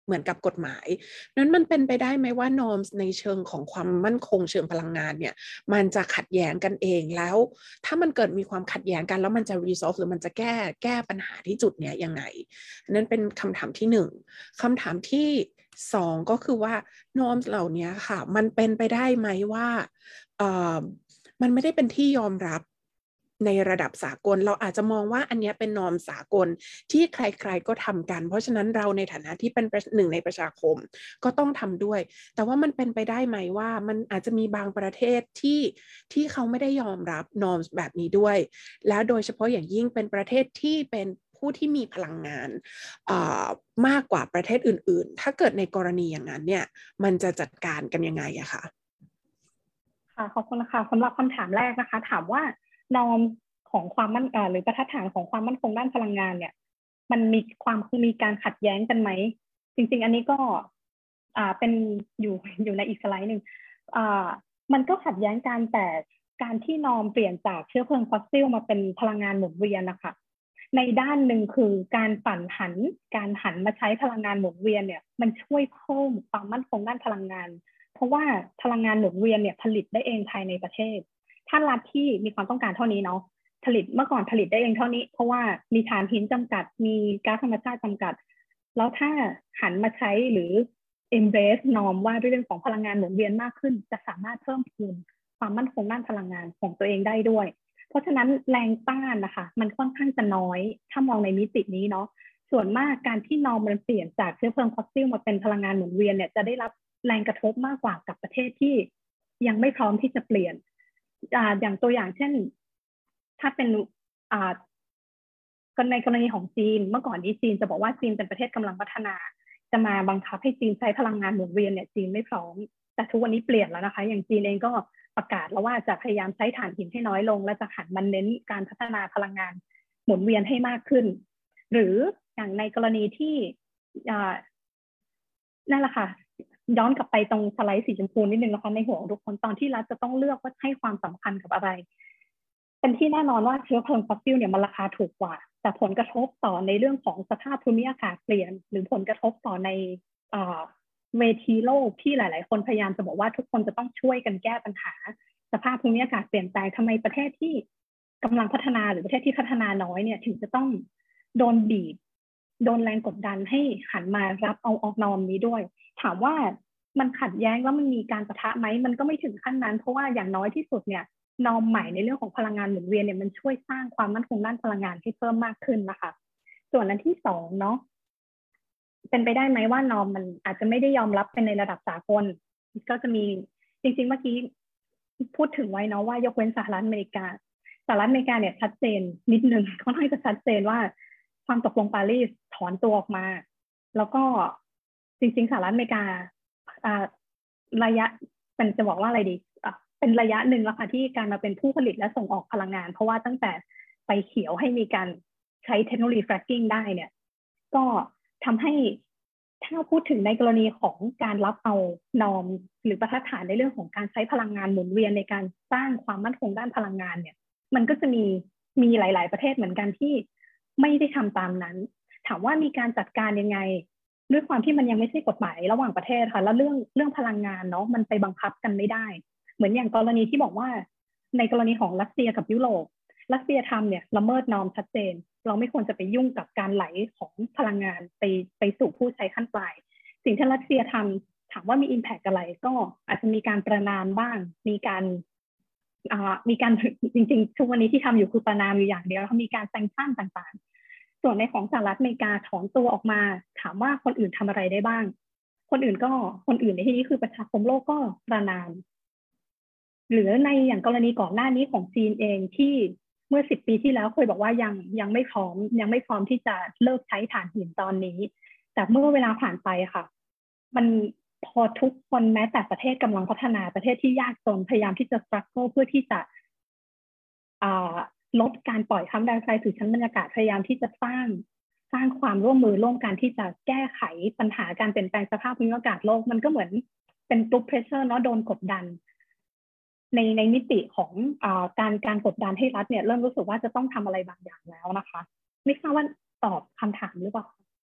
เหมือนกับกฎหมายนั้นมันเป็นไปได้ไหมว่า norms ในเชิงของความมั่นคงเชิงพลังงานเนี่ยมันจะขัดแย้งกันเองแล้วถ้ามันเกิดมีความขัดแย้งกันแล้วมันจะ resolve หรือมันจะแก้แก้ปัญหาที่จุดเนี้ยยังไงนั่นเป็นคำถามที่หนึ่งคำถามที่สองก็คือว่า norms เหล่านี้ค่ะมันเป็นไปได้ไหมว่าเอ่อมันไม่ได้เป็นที่ยอมรับในระดับสากลเราอาจจะมองว่าอันนี้เป็นนอร์มสากลที่ใครๆก็ทำกันเพราะฉะนั้นเราในฐานะที่เป็นหนึ่งในประชาคมก็ต้องทำด้วยแต่ว่ามันเป็นไปได้ไหมว่ามันอาจจะมีบางประเทศที่ที่เขาไม่ได้ยอมรับนอร์มแบบนี้ด้วยแล้วโดยเฉพาะอย่างยิ่งเป็นประเทศที่เป็นผู้ที่มีพลังงานมากกว่าประเทศอื่นๆถ้าเกิดในกรณีอย่างนั้นเนี่ยมันจะจัดการกันยังไงอะคะค่ะขอบคุณนะคะสำหรับคำถามแรกนะคะถามว่านอมของความมั่นหรือบรรทัดฐานของความมั่นคงด้านพลังงานเนี่ยมันมีความมีการขัดแย้งกันไหมจริงๆอันนี้ก็อ่าเป็นอยู่อยู่ในอีกสไลด์หนึ่งอ่ามันก็ขัดแย้งกันแต่การที่นอมเปลี่ยนจากเชื้อเพลิงฟอสซิลมาเป็นพลังงานหมุนเวียนนะคะในด้านหนึ่งคือการปั่นหันการหันมาใช้พลังงานหมุนเวียนเนี่ยมันช่วยเพิ่มความมั่นคงด้านพลังงานเพราะว่าพลังงานหมุนเวียนเนี่ยผลิตได้เองภายในประเทศถ้ารัฐที่มีความต้องการเท่านี้เนาะผลิตเมื่อก่อนผลิตได้เองเท่านี้เพราะว่ามีถ่านหินจำกัดมีก๊าซธรรมชาติจำกัดแล้วถ้าหันมาใช้หรือ embrace norm ว่าด้วยเรื่องของพลังงานหมุนเวียนมากขึ้นจะสามารถเพิ่มพูนความมั่นคงด้านพลังงานของตัวเองได้ด้วยเพราะฉะนั้นแรงต้านนะคะมันค่อนข้างจะน้อยถ้ามองในมิตินี้เนาะส่วนมากการที่นอมมันเปลี่ยนจากเชื้อเพลิงฟอสซิลมาเป็นพลังงานหมุนเวียนเนี่ยจะได้รับแรงกระทบมากกว่ากับประเทศที่ยังไม่พร้อมที่จะเปลี่ยนอ่าอย่างตัวอย่างเช่นถ้าเป็นอ่าในกรณีของจีนเมื่อก่อนนี้จีนจะบอกว่าจีนเป็นประเทศกำลังพัฒนาจะมาบังคับให้จีนใช้พลังงานหมุนเวียนเนี่ยจีนไม่พร้อมแต่ทุกวันนี้เปลี่ยนแล้วนะคะอย่างจีนเองก็ประกาศแล้วว่าจะพยายามใช้ถ่านหินให้น้อยลงและจะหันมาเน้นการพัฒนาพลังงานหมุนเวียนให้มากขึ้นหรืออย่างในกรณีที่นั่นแหละค่ะย้อนกลับไปตรงสไลด์สีชมพูนิดนึงนะคะในหัวของทุกคนตอนที่รัฐจะต้องเลือกว่าให้ความสำคัญกับอะไรเป็นที่แน่นอนว่าเชื้อเพลิงฟอสซิลเนี่ยมันราคาถูกกว่าแต่ผลกระทบต่อในเรื่องของสภาพภูมิอากาศเปลี่ยนหรือผลกระทบต่อในเวทีโลกที่หลายๆคนพยายามจะบอกว่าทุกคนจะต้องช่วยกันแก้ปัญหาสภาพภูมิอากาศเปลี่ยนแปลงทำไมประเทศที่กำลังพัฒนาหรือประเทศที่พัฒนาน้อยเนี่ยถึงจะต้องโดนบีบโดนแรงกดดันให้หันมารับเอาออกนอมนี้ด้วยถามว่ามันขัดแย้งแล้วมันมีการปะทะไหมมันก็ไม่ถึงขั้นนั้นเพราะว่าอย่างน้อยที่สุดเนี่ยนอมใหม่ในเรื่องของพลังงานหมุนเวียนเนี่ยมันช่วยสร้างความมั่นคงด้านพลังงานให้เพิ่มมากขึ้นนะคะส่วนอันที่สองเนาะเป็นไปได้ไหมว่านอมมันอาจจะไม่ได้ยอมรับเป็นในระดับสากลก็จะมีจริงๆเมื่อกี้พูดถึงไว้เนาะว่ายกเว้นสหรัฐอเมริกาสหรัฐอเมริกาเนี่ยชัดเจนนิดนึงค่อนข้างจะชัดเจนว่าความตกลงปารีสถอนตัวออกมาแล้วก็จริงๆสหรัฐอเมริการะยะเป็นจะบอกว่าอะไรดีเป็นระยะหนึ่งแล้วค่ะที่การมาเป็นผู้ผลิตและส่งออกพลังงานเพราะว่าตั้งแต่ไปเขียวให้มีการใช้เทคโนโลยี fracking ได้เนี่ยก็ทำให้ถ้าพูดถึงในกรณีของการรับเอานอมหรือบรรทัดฐานในเรื่องของการใช้พลังงานหมุนเวียนในการสร้างความมั่นคงด้านพลังงานเนี่ยมันก็จะมีมีหลายๆประเทศเหมือนกันที่ไม่ได้ทำตามนั้นถามว่ามีการจัดการยังไงด้วยความที่มันยังไม่ใช่กฎหมายระหว่างประเทศค่ะแล้วเรื่องเรื่องพลังงานเนาะมันไปบังคับกันไม่ได้เหมือนอย่างกรณีที่บอกว่าในกรณีของรัสเซียกับยุโรปรัสเซียทำเนี่ยละเมิดนอมชัดเจนเราไม่ควรจะไปยุ่งกับการไหลของพลังงานไปไปสู่ผู้ใช้ขั้นปลายสิ่งที่รัสเซียทำถามว่ามี impact อะไรก็อาจจะมีการประณามบ้างมีการอ่ามีการจริงๆทุกวันนี้ที่ทำอยู่คือประณามอยู่อย่างเดียวแล้วมีการแซงชั่นต่างๆส่วนในของสหรัฐอเมริกาถอนตัวออกมาถามว่าคนอื่นทำอะไรได้บ้างคนอื่นก็คนอื่นในที่นี้คือประชาคมโลกก็ประณามหรือในอย่างกรณีก่อนหน้านี้ของจีนเองที่เมื่อสิบปีที่แล้วเคยบอกว่ายังยังไม่พร้อมยังไม่พร้อมที่จะเลิกใช้ถ่านหินตอนนี้แต่เมื่อเวลาผ่านไปค่ะมันพอทุกคนแม้แต่ประเทศกำลังพัฒนาประเทศที่ยากจนพยายามที่จะ struggle เพื่อที่จะลดการปล่อยคาร์บอนไดออกไซด์สู่ชั้นบรรยากาศพยายามที่จะสร้างสร้างความร่วมมือร่วมกันที่จะแก้ไขปัญหาการเปลี่ยนแปลงสภาพภูมิอากาศโลกมันก็เหมือนเป็นกรุ๊ปเพรสเชอร์เนาะโดนกดดันในในมิติของอ่าการการกดดันให้รัฐเนี่ยเริ่มรู้สึกว่าจะต้องทำอะไรบางอย่างแล้วนะคะไม่ทราบว่าตอบคำถามหรือเปล่า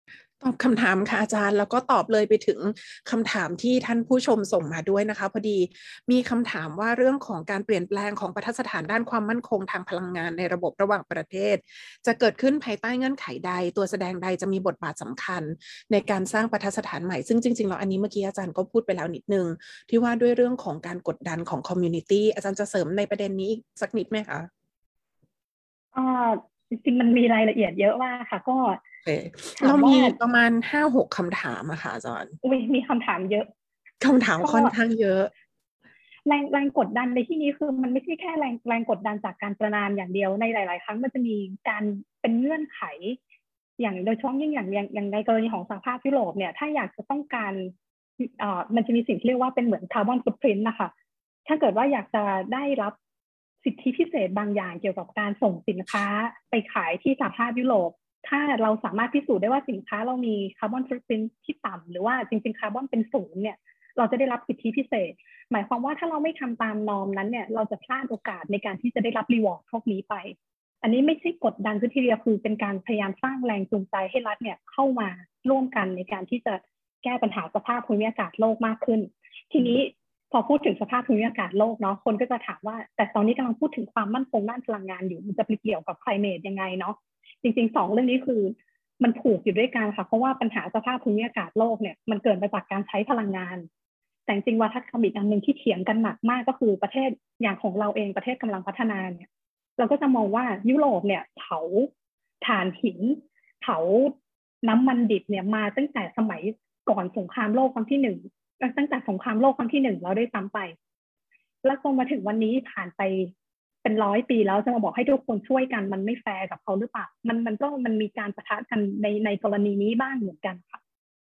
ตอบคำถามค่ะอาจารย์แล้วก็ตอบเลยไปถึงคำถามที่ท่านผู้ชมส่งมาด้วยนะคะพอดีมีคำถามว่าเรื่องของการเปลี่ยนแปลงของปาฐสถานด้านความมั่นคงทางพลังงานในระบบระหว่างประเทศจะเกิดขึ้นภายใต้เงื่อนไขใดตัวแสดงใดจะมีบทบาทสำคัญในการสร้างปาฐสถานใหม่ซึ่งจริงๆแล้วอันนี้เมื่อกี้อาจารย์ก็พูดไปแล้วนิดนึงที่ว่าด้วยเรื่องของการกดดันของคอมมูนิตี้อาจารย์จะเสริมในประเด็นนี้สักนิดไหมคะอ่าจริงๆมันมีรายละเอียดเยอะมากค่ะก็เรามีประมาณห้าหกคำถามอะค่ะอาจารย์อุ้ยมีคำถามเยอะคำถามค่อนข้างเยอะแรงแรงกดดันในที่นี้คือมันไม่ใช่แค่แรงแรงกดดันจากการประนามอย่างเดียวในหลายๆครั้งมันจะมีการเป็นเงื่อนไขอย่างโดยเฉพาะยิ่งอย่างอย่างอย่างในกรณีของสหภาพยุโรปเนี่ยถ้าอยากจะต้องการเอ่อมันจะมีสิ่งที่เรียกว่าเป็นเหมือนคาร์บอนฟุตพริ้นท์นะคะถ้าเกิดว่าอยากจะได้รับสิทธิพิเศษบางอย่างเกี่ยวกับการส่งสินค้าไปขายที่สหภาพยุโรปถ้าเราสามารถพิสูจน์ได้ว่าสินค้าเรามีคาร์บอนฟุตพริ้นท์ที่ต่ำหรือว่าจริงๆคาร์บอนเป็นศูนย์เนี่ยเราจะได้รับสิทธิพิเศษหมายความว่าถ้าเราไม่ทำตามนอมนั้นเนี่ยเราจะพลาดโอกาสในการที่จะได้รับรีวอร์ดพวกนี้ไปอันนี้ไม่ใช่กดดันซะทีเดียวคือเป็นการพยายามสร้างแรงจูงใจให้รัฐเนี่ยเข้ามาร่วมกันในการที่จะแก้ปัญหาสภาพภูมิอากาศโลกมากขึ้นทีนี้พอพูดถึงสภาพภูมิอากาศโลกเนาะคนก็จะถามว่าแต่ตอนนี้กำลังพูดถึงความมั่นคงด้านพลังงานอยู่มันจะไปเกี่ยวกับ climate ยังไงเนาะจริงๆสองเรื่องนี้คือมันผูกอยู่ด้วยกันค่ะเพราะว่าปัญหาสภาพภูมิอากาศโลกเนี่ยมันเกิดมาจากการใช้พลังงานแต่จริงๆวัฒนธรรมอีกอันหนึ่งที่เถียงกันหนักมากก็คือประเทศอย่างของเราเองประเทศกำลังพัฒนาเนี่ยเราก็จะมองว่ายุโรปเนี่ยเผาถ่านหินเผาน้ำมันดิบเนี่ยมาตั้งแต่สมัยก่อนสงครามโลกครั้งที่หนึ่งตั้งแต่สงครามโลกครั้งที่หนึ่งเราได้ซ้ำไปแล้วจนมาถึงวันนี้ผ่านไปเป็นร้อยปีแล้วจะมาบอกให้ทุกคนช่วยกันมันไม่แฟร์กับเขาหรือเปล่ามันมันก็มันมีการปะทะกันในในกรณีนี้บ้างเหมือนกันค่ะ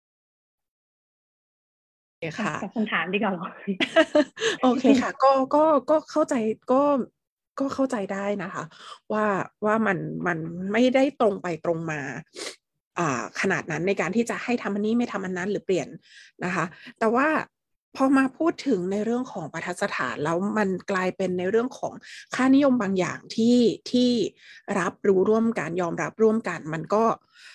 ค่ะคำถามดีกว่าหรอโอเคค่ะก็ก็ก็เข้าใจก็ก็เข้าใจได้นะคะว่าว่ามันมันไม่ได้ตรงไปตรงมาอ่าขนาดนั้นในการที่จะให้ทำอันนี้ไม่ทำอันนั้นหรือเปลี่ยนนะคะแต่ว่าพอมาพูดถึงในเรื่องของปาฐสถานแล้วมันกลายเป็นในเรื่องของค่านิยมบางอย่างที่ที่รับรู้ร่วมกันยอมรับร่วมกันมันก็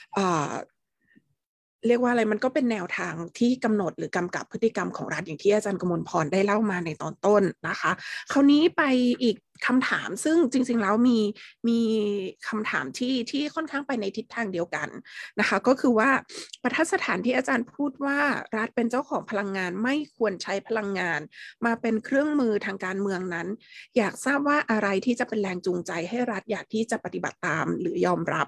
เรียกว่าอะไรมันก็เป็นแนวทางที่กำหนดหรือกำกับพฤติกรรมของรัฐอย่างที่อาจารย์กมลพรได้เล่ามาในตอนต้นนะคะคราวนี้ไปอีกคำถามซึ่งจริงๆแล้วมีมีคำถามที่ที่ค่อนข้างไปในทิศทางเดียวกันนะคะก็คือว่าปาฐสถานที่อาจารย์พูดว่ารัฐเป็นเจ้าของพลังงานไม่ควรใช้พลังงานมาเป็นเครื่องมือทางการเมืองนั้นอยากทราบว่าอะไรที่จะเป็นแรงจูงใจให้รัฐอยากที่จะปฏิบัติตามหรือยอมรับ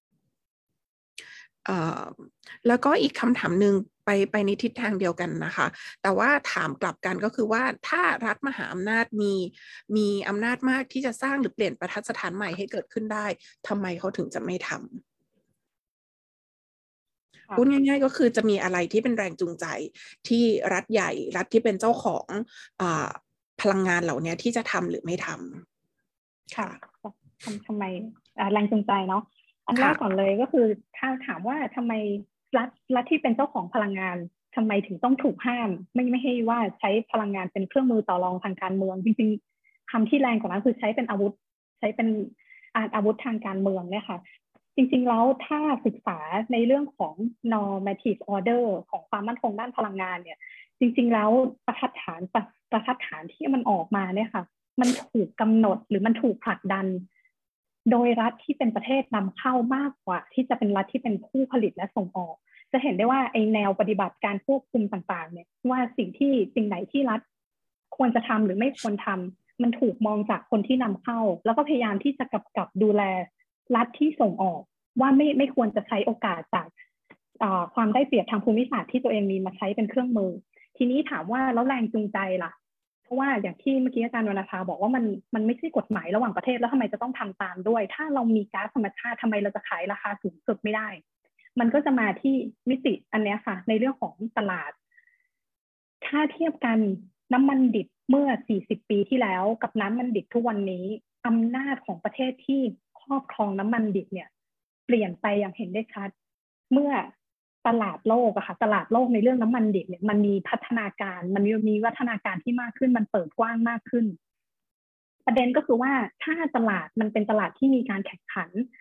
แล้วก็อีกคำถามหนึ่งไปไปในทิศทางเดียวกันนะคะแต่ว่าถามกลับกันก็คือว่าถ้ารัฐมหาอำนาจมีมีอำนาจมากที่จะสร้างหรือเปลี่ยนประทัดสถานใหม่ให้เกิดขึ้นได้ทำไมเขาถึงจะไม่ทำพูดง่ายๆก็คือจะมีอะไรที่เป็นแรงจูงใจที่รัฐใหญ่รัฐที่เป็นเจ้าของอ่าพลังงานเหล่านี้ที่จะทำหรือไม่ทำค่ะทำทำไมแรงจูงใจเนาะอันแรกก่อนเลยก็คือถ้าถามว่าทำไมรัฐรัฐที่เป็นเจ้าของพลังงานทำไมถึงต้องถูกห้ามไม่ไม่ให้ว่าใช้พลังงานเป็นเครื่องมือต่อรองทางการเมืองจริงๆคำที่แรงกว่านั้นคือใช้เป็นอาวุธใช้เป็นอาวุธทางการเมืองเนี่ยค่ะจริงๆแล้วถ้าศึกษาในเรื่องของ normative order ของความมั่นคงด้านพลังงานเนี่ยจริงๆแล้วประทัดฐานประทัดฐานที่มันออกมาเนี่ยค่ะมันถูกกำหนดหรือมันถูกผลักดันโดยรัฐที่เป็นประเทศนำเข้ามากกว่าที่จะเป็นรัฐที่เป็นผู้ผลิตและส่งออกจะเห็นได้ว่าไอแนวปฏิบัติการควบคุมต่างๆเนี่ยว่าสิ่งที่สิ่งไหนที่รัฐควรจะทำหรือไม่ควรทำมันถูกมองจากคนที่นำเข้าแล้วก็พยายามที่จะกำกับดูแลรัฐที่ส่งออกว่าไม่ไม่ควรจะใช้โอกาสจากความได้เปรียบทางภูมิศาสตร์ที่ตัวเองมีมาใช้เป็นเครื่องมือทีนี้ถามว่าแล้วแรงจูงใจล่ะเพราะว่าอย่างที่เมื่อกี้อาจารย์วรรณภาบอกว่ามันมันไม่ใช่กฎหมายระหว่างประเทศแล้วทำไมจะต้องทำตามด้วยถ้าเรามีก๊าซธรรมชาติทำไมเราจะขายราคาสูงสุดไม่ได้มันก็จะมาที่มิติอันนี้ค่ะในเรื่องของตลาดถ้าเทียบกันน้ำมันดิบเมื่อสี่สิบปีที่แล้วกับน้ำมันดิบทุกวันนี้อำนาจของประเทศที่ครอบครองน้ำมันดิบเนี่ยเปลี่ยนไปอย่างเห็นได้ชัดเมื่อตลาดโลกอะค่ะตลาดโลกในเรื่องน้ำมันดิบเนี่ยมันมีพัฒนาการมันมีมีวัฒนาการที่มากขึ้นมันเปิดกว้างมากขึ้นประเด็นก็คือว่าถ้าตลาดมันเป็นตลาดที่มีการแข่งขัน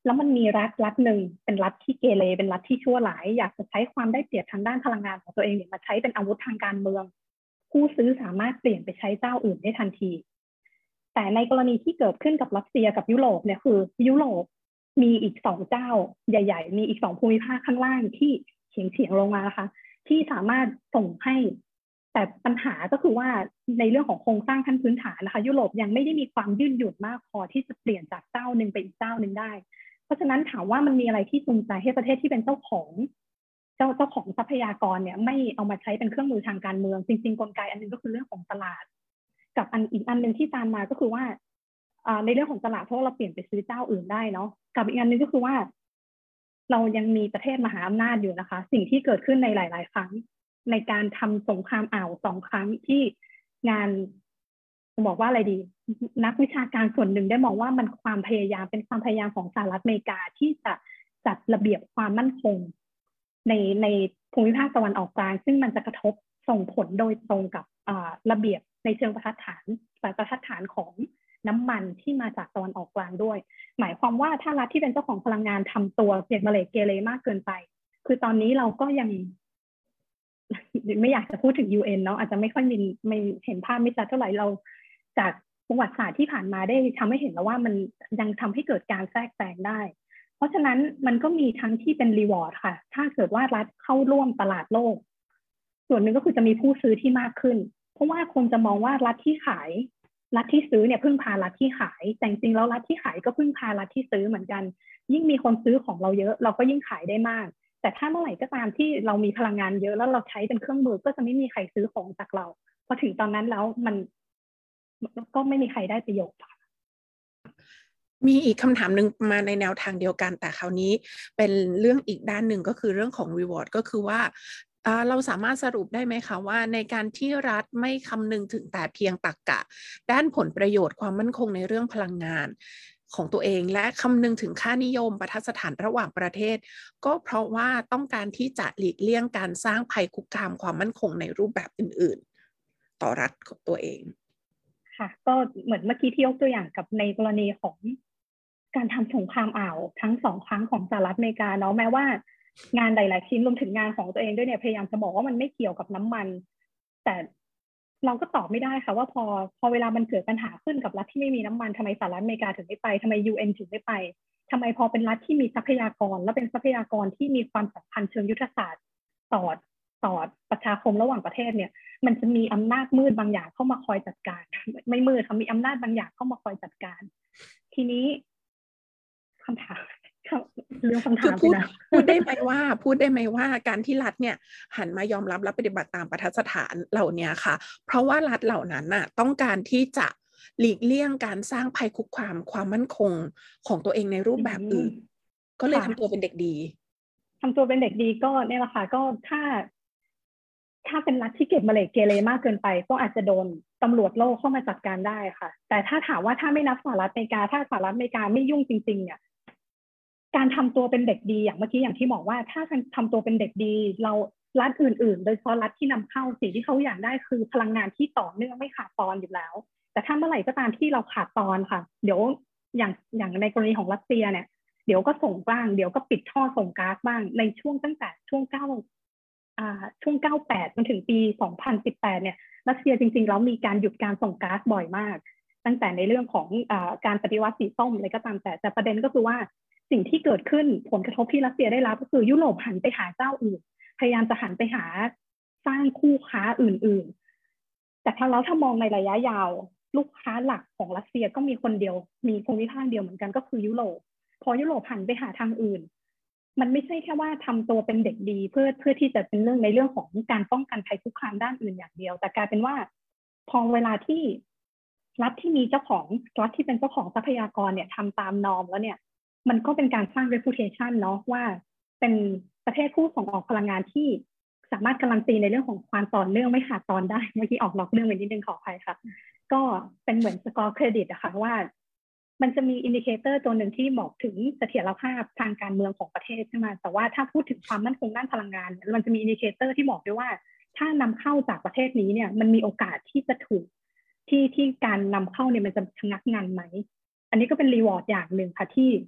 แล้วมันมีรัฐรัฐหนึ่งเป็นรัฐที่เกเรเป็นรัฐที่ชั่วร้ายอยากจะใช้ความได้เปรียบทางด้านพลังงานของตัวเองเนี่ยมาใช้เป็นอาวุธทางการเมืองผู้ซื้อสามารถเปลี่ยนไปใช้เจ้าอื่นได้ทันทีแต่ในกรณีที่เกิดขึ้นกับรัสเซียกับยุโรปเนี่ยคือยุโรปมีอีกสองเจ้าใหญ่ๆมีอีกสองภูมิภาคข้างล่างที่เฉียงเฉียงลงมานะคะที่สามารถส่งให้แต่ปัญหาก็คือว่าในเรื่องของโครงสร้างขั้นพื้นฐานนะคะยุโรปยังไม่ได้มีความยืดหยุ่นมากพอที่จะเปลี่ยนจากเจ้าหนึ่งไปอีกเจ้าหนึ่งได้เพราะฉะนั้นถามว่ามันมีอะไรที่จูงใจให้ประเทศที่เป็นเจ้าของเจ้าเจ้าของทรัพยากรเนี่ยไม่เอามาใช้เป็นเครื่องมือทางการเมืองจริงๆกลไกอันนึงก็คือเรื่องของตลาดกับอันอีกอันนึงที่ตามมาก็คือว่าในเรื่องของตลาดเพราะเราเปลี่ยนไปซื้อเจ้าอื่นได้เนาะกับอีกอันนึงก็คือว่าเรายังมีประเทศมหาอำนาจอยู่นะคะสิ่งที่เกิดขึ้นในหลายๆครั้งในการทำสงครามอ่าวสองครั้งที่งานบอกว่าอะไรดีนักวิชาการส่วนหนึ่งได้มองว่ามันความพยายามเป็นความพยายามของสหรัฐอเมริกาที่จะจัดระเบียบความมั่นคงในในภูมิภาคตะวันออกกลางซึ่งมันจะกระทบส่งผลโดยตรงกับระเบียบในเชิงบรรทัดฐานบรรทัดฐานของน้ำมันที่มาจากตะวันออกกลางด้วยหมายความว่าถ้ารัฐที่เป็นเจ้าของพลังงานทำตัวเสียดมาเลเกเรมากเกินไปคือตอนนี้เราก็ยังไม่อยากจะพูดถึง ยู เอ็น เนาะอาจจะไม่ค่อยมีไม่เห็นภาพไม่ชัดเท่าไหร่เราจากประวัติศาสตร์ที่ผ่านมาได้ทำให้เห็นแล้วว่ามันยังทำให้เกิดการแทรกแซงได้เพราะฉะนั้นมันก็มีทั้งที่เป็นรีวอร์ดค่ะถ้าเกิดว่ารัฐเข้าร่วมตลาดโลกส่วนหนึ่งก็คือจะมีผู้ซื้อที่มากขึ้นเพราะว่าคนจะมองว่ารัฐที่ขายรัฐที่ซื้อเนี่ยพึ่งพารัฐที่ขายแต่จริงๆแล้วรัฐที่ขายก็พึ่งพารัฐที่ซื้อเหมือนกันยิ่งมีคนซื้อของเราเยอะเราก็ยิ่งขายได้มากแต่ถ้าเมื่อไหร่ก็ตามที่เรามีพลังงานเยอะแล้วเราใช้เป็นเครื่องมือก็จะไม่มีใครซื้อของจากเราพอถึงตอนนั้นแล้วมันก็ไม่มีใครได้ประโยชน์มีอีกคำถามหนึ่งมาในแนวทางเดียวกันแต่คราวนี้เป็นเรื่องอีกด้านหนึ่งก็คือเรื่องของ reward ก็คือว่าเราสามารถสรุปได้ไหมคะว่าในการที่รัฐไม่คำนึงถึงแต่เพียงตรรกะด้านผลประโยชน์ความมั่นคงในเรื่องพลังงานของตัวเองและคำนึงถึงค่านิยมประทัดสถานระหว่างประเทศก็เพราะว่าต้องการที่จะหลีกเลี่ยงการสร้างภัยคุกคามความมั่นคงในรูปแบบอื่นๆต่อรัฐของตัวเองค่ะก็เหมือนเมื่อกี้ที่ยกตัวอย่างกับในกรณีของการทำสงครามอ่าวทั้งสองครั้งของสหรัฐอเมริกาเนาะแม้ว่างานหลายๆชิ้นรวมถึงงานของตัวเองด้วยเนี่ยพยายามจะบอกว่ามันไม่เกี่ยวกับน้ำมันแต่เราก็ตอบไม่ได้ค่ะว่าพอพอเวลามันเกิดปัญหาขึ้นกับรัฐที่ไม่มีน้ำมันทำไมสหรัฐอเมริกาถึงไม่ไปทำไม ยู เอ็น ถึงไม่ไปทำไมพอเป็นรัฐที่มีทรัพยากรและเป็นทรัพยากรที่มีความสัมพันธ์เชิงยุทธศาสตร์ต่อต่อประชาคมระหว่างประเทศเนี่ยมันจะมีอำนาจมืดบางอย่างเข้ามาคอยจัดการไม่มืดค่ะมีอำนาจบางอย่างเข้ามาคอยจัดการทีนี้คำถามเรื่องคำถามพูดพูดได้ไหมว่าพูดได้ไหมว่าการที่รัฐเนี่ยหันมายอมรับและปฏิบัติตามประทัดสถานเหล่านี้ค่ะเพราะว่ารัฐเหล่านั้นน่ะต้องการที่จะหลีกเลี่ยงการสร้างภัยคุกคามความมั่นคงของตัวเองในรูปแบบอื่นก็เลยทำตัวเป็นเด็กดีทำตัวเป็นเด็กดีก็เนี่ยแหละค่ะก็ถ้าถ้าเป็นรัฐที่เก็บมาเลเกเรมากเกินไปก็อาจจะโดนตำรวจโลกเข้ามาจัดการได้ค่ะแต่ถ้าถามว่าถ้าไม่นับสหรัฐอเมริกาถ้าสหรัฐอเมริกาไม่ยุ่งจริงๆเนี่ยการทำตัวเป็นเด็กดีอย่างเมื่อกี้อย่างที่บอกว่าถ้าทำตัวเป็นเด็กดีเรารัฐอื่นๆโดยเฉพาะรัฐที่นำเข้าสิ่งที่เขาอยากได้คือพลังงานที่ต่อเนื่องไม่ขาดตอนอยู่แล้วแต่ถ้าเมื่อไหร่ก็ตามที่เราขาดตอนค่ะเดี๋ยวอย่างอย่างในกรณีของรัสเซียเนี่ยเดี๋ยวก็ส่งบ้างเดี๋ยวก็ปิดท่อส่งก๊าซบ้างในช่วงตั้งแต่ช่วงเก้าอ่าช่วงเก้าสิบแปดจนถึงปีสองพันสิบแปดเนี่ยรัสเซียจริงๆแล้วมีการหยุดการส่งก๊าซบ่อยมากตั้งแต่ในเรื่องของอ่าการปฏิวัติสีส้มอะไรก็ตามแต่แต่ประเด็นก็คือว่าสิ่งที่เกิดขึ้นผลกระทบที่รัสเซียได้รับก็คือยุโรปหันไปหาเจ้าอื่นพยายามจะหันไปหาสร้างคู่ค้าอื่นๆแต่ถ้าเราถ้ามองในระยะยาวลูกค้าหลักของรัสเซียก็มีคนเดียวมีภูมิภาคเดียวเหมือนกันก็คือยุโรปพอยุโรปหันไปหาทางอื่นมันไม่ใช่แค่ว่าทำตัวเป็นเด็กดีเพื่อเพื่อที่จะเป็นเรื่องในเรื่องของการป้องกันภัยคุกคามด้านอื่นอย่างเดียวแต่กลายเป็นว่าพอเวลาที่รัฐที่มีเจ้าของรัฐที่เป็นเจ้าของทรัพยากรเนี่ยทำตามนอร์มแล้วเนี่ยมันก็เป็นการสร้าง reputation เนาะว่าเป็นประเทศผู้ส่งออกพลังงานที่สามารถการันตีในเรื่องของความต่อเนื่องไม่ขาดตอนได้เมื่อกี้ออกนอกเรื่องไปนิดนึงขออภัยค่ะก็เป็นเหมือนสกอร์เครดิตอะค่ะว่ามันจะมีอินดิเคเตอร์ตัวหนึ่งที่บอกถึงเสถียรภาพทางการเมืองของประเทศใช่ไหมแต่ว่าถ้าพูดถึงความมั่นคงด้านพลังงานมันจะมีอินดิเคเตอร์ที่บอกด้วยว่าถ้านำเข้าจากประเทศนี้เนี่ยมันมีโอกาสที่จะถูกที่ที่การนำเข้าเนี่ยมันจะชะงักงันไหมอันนี้ก็เป็นรีวอร์ดอย่างหนึ่งค่ะที่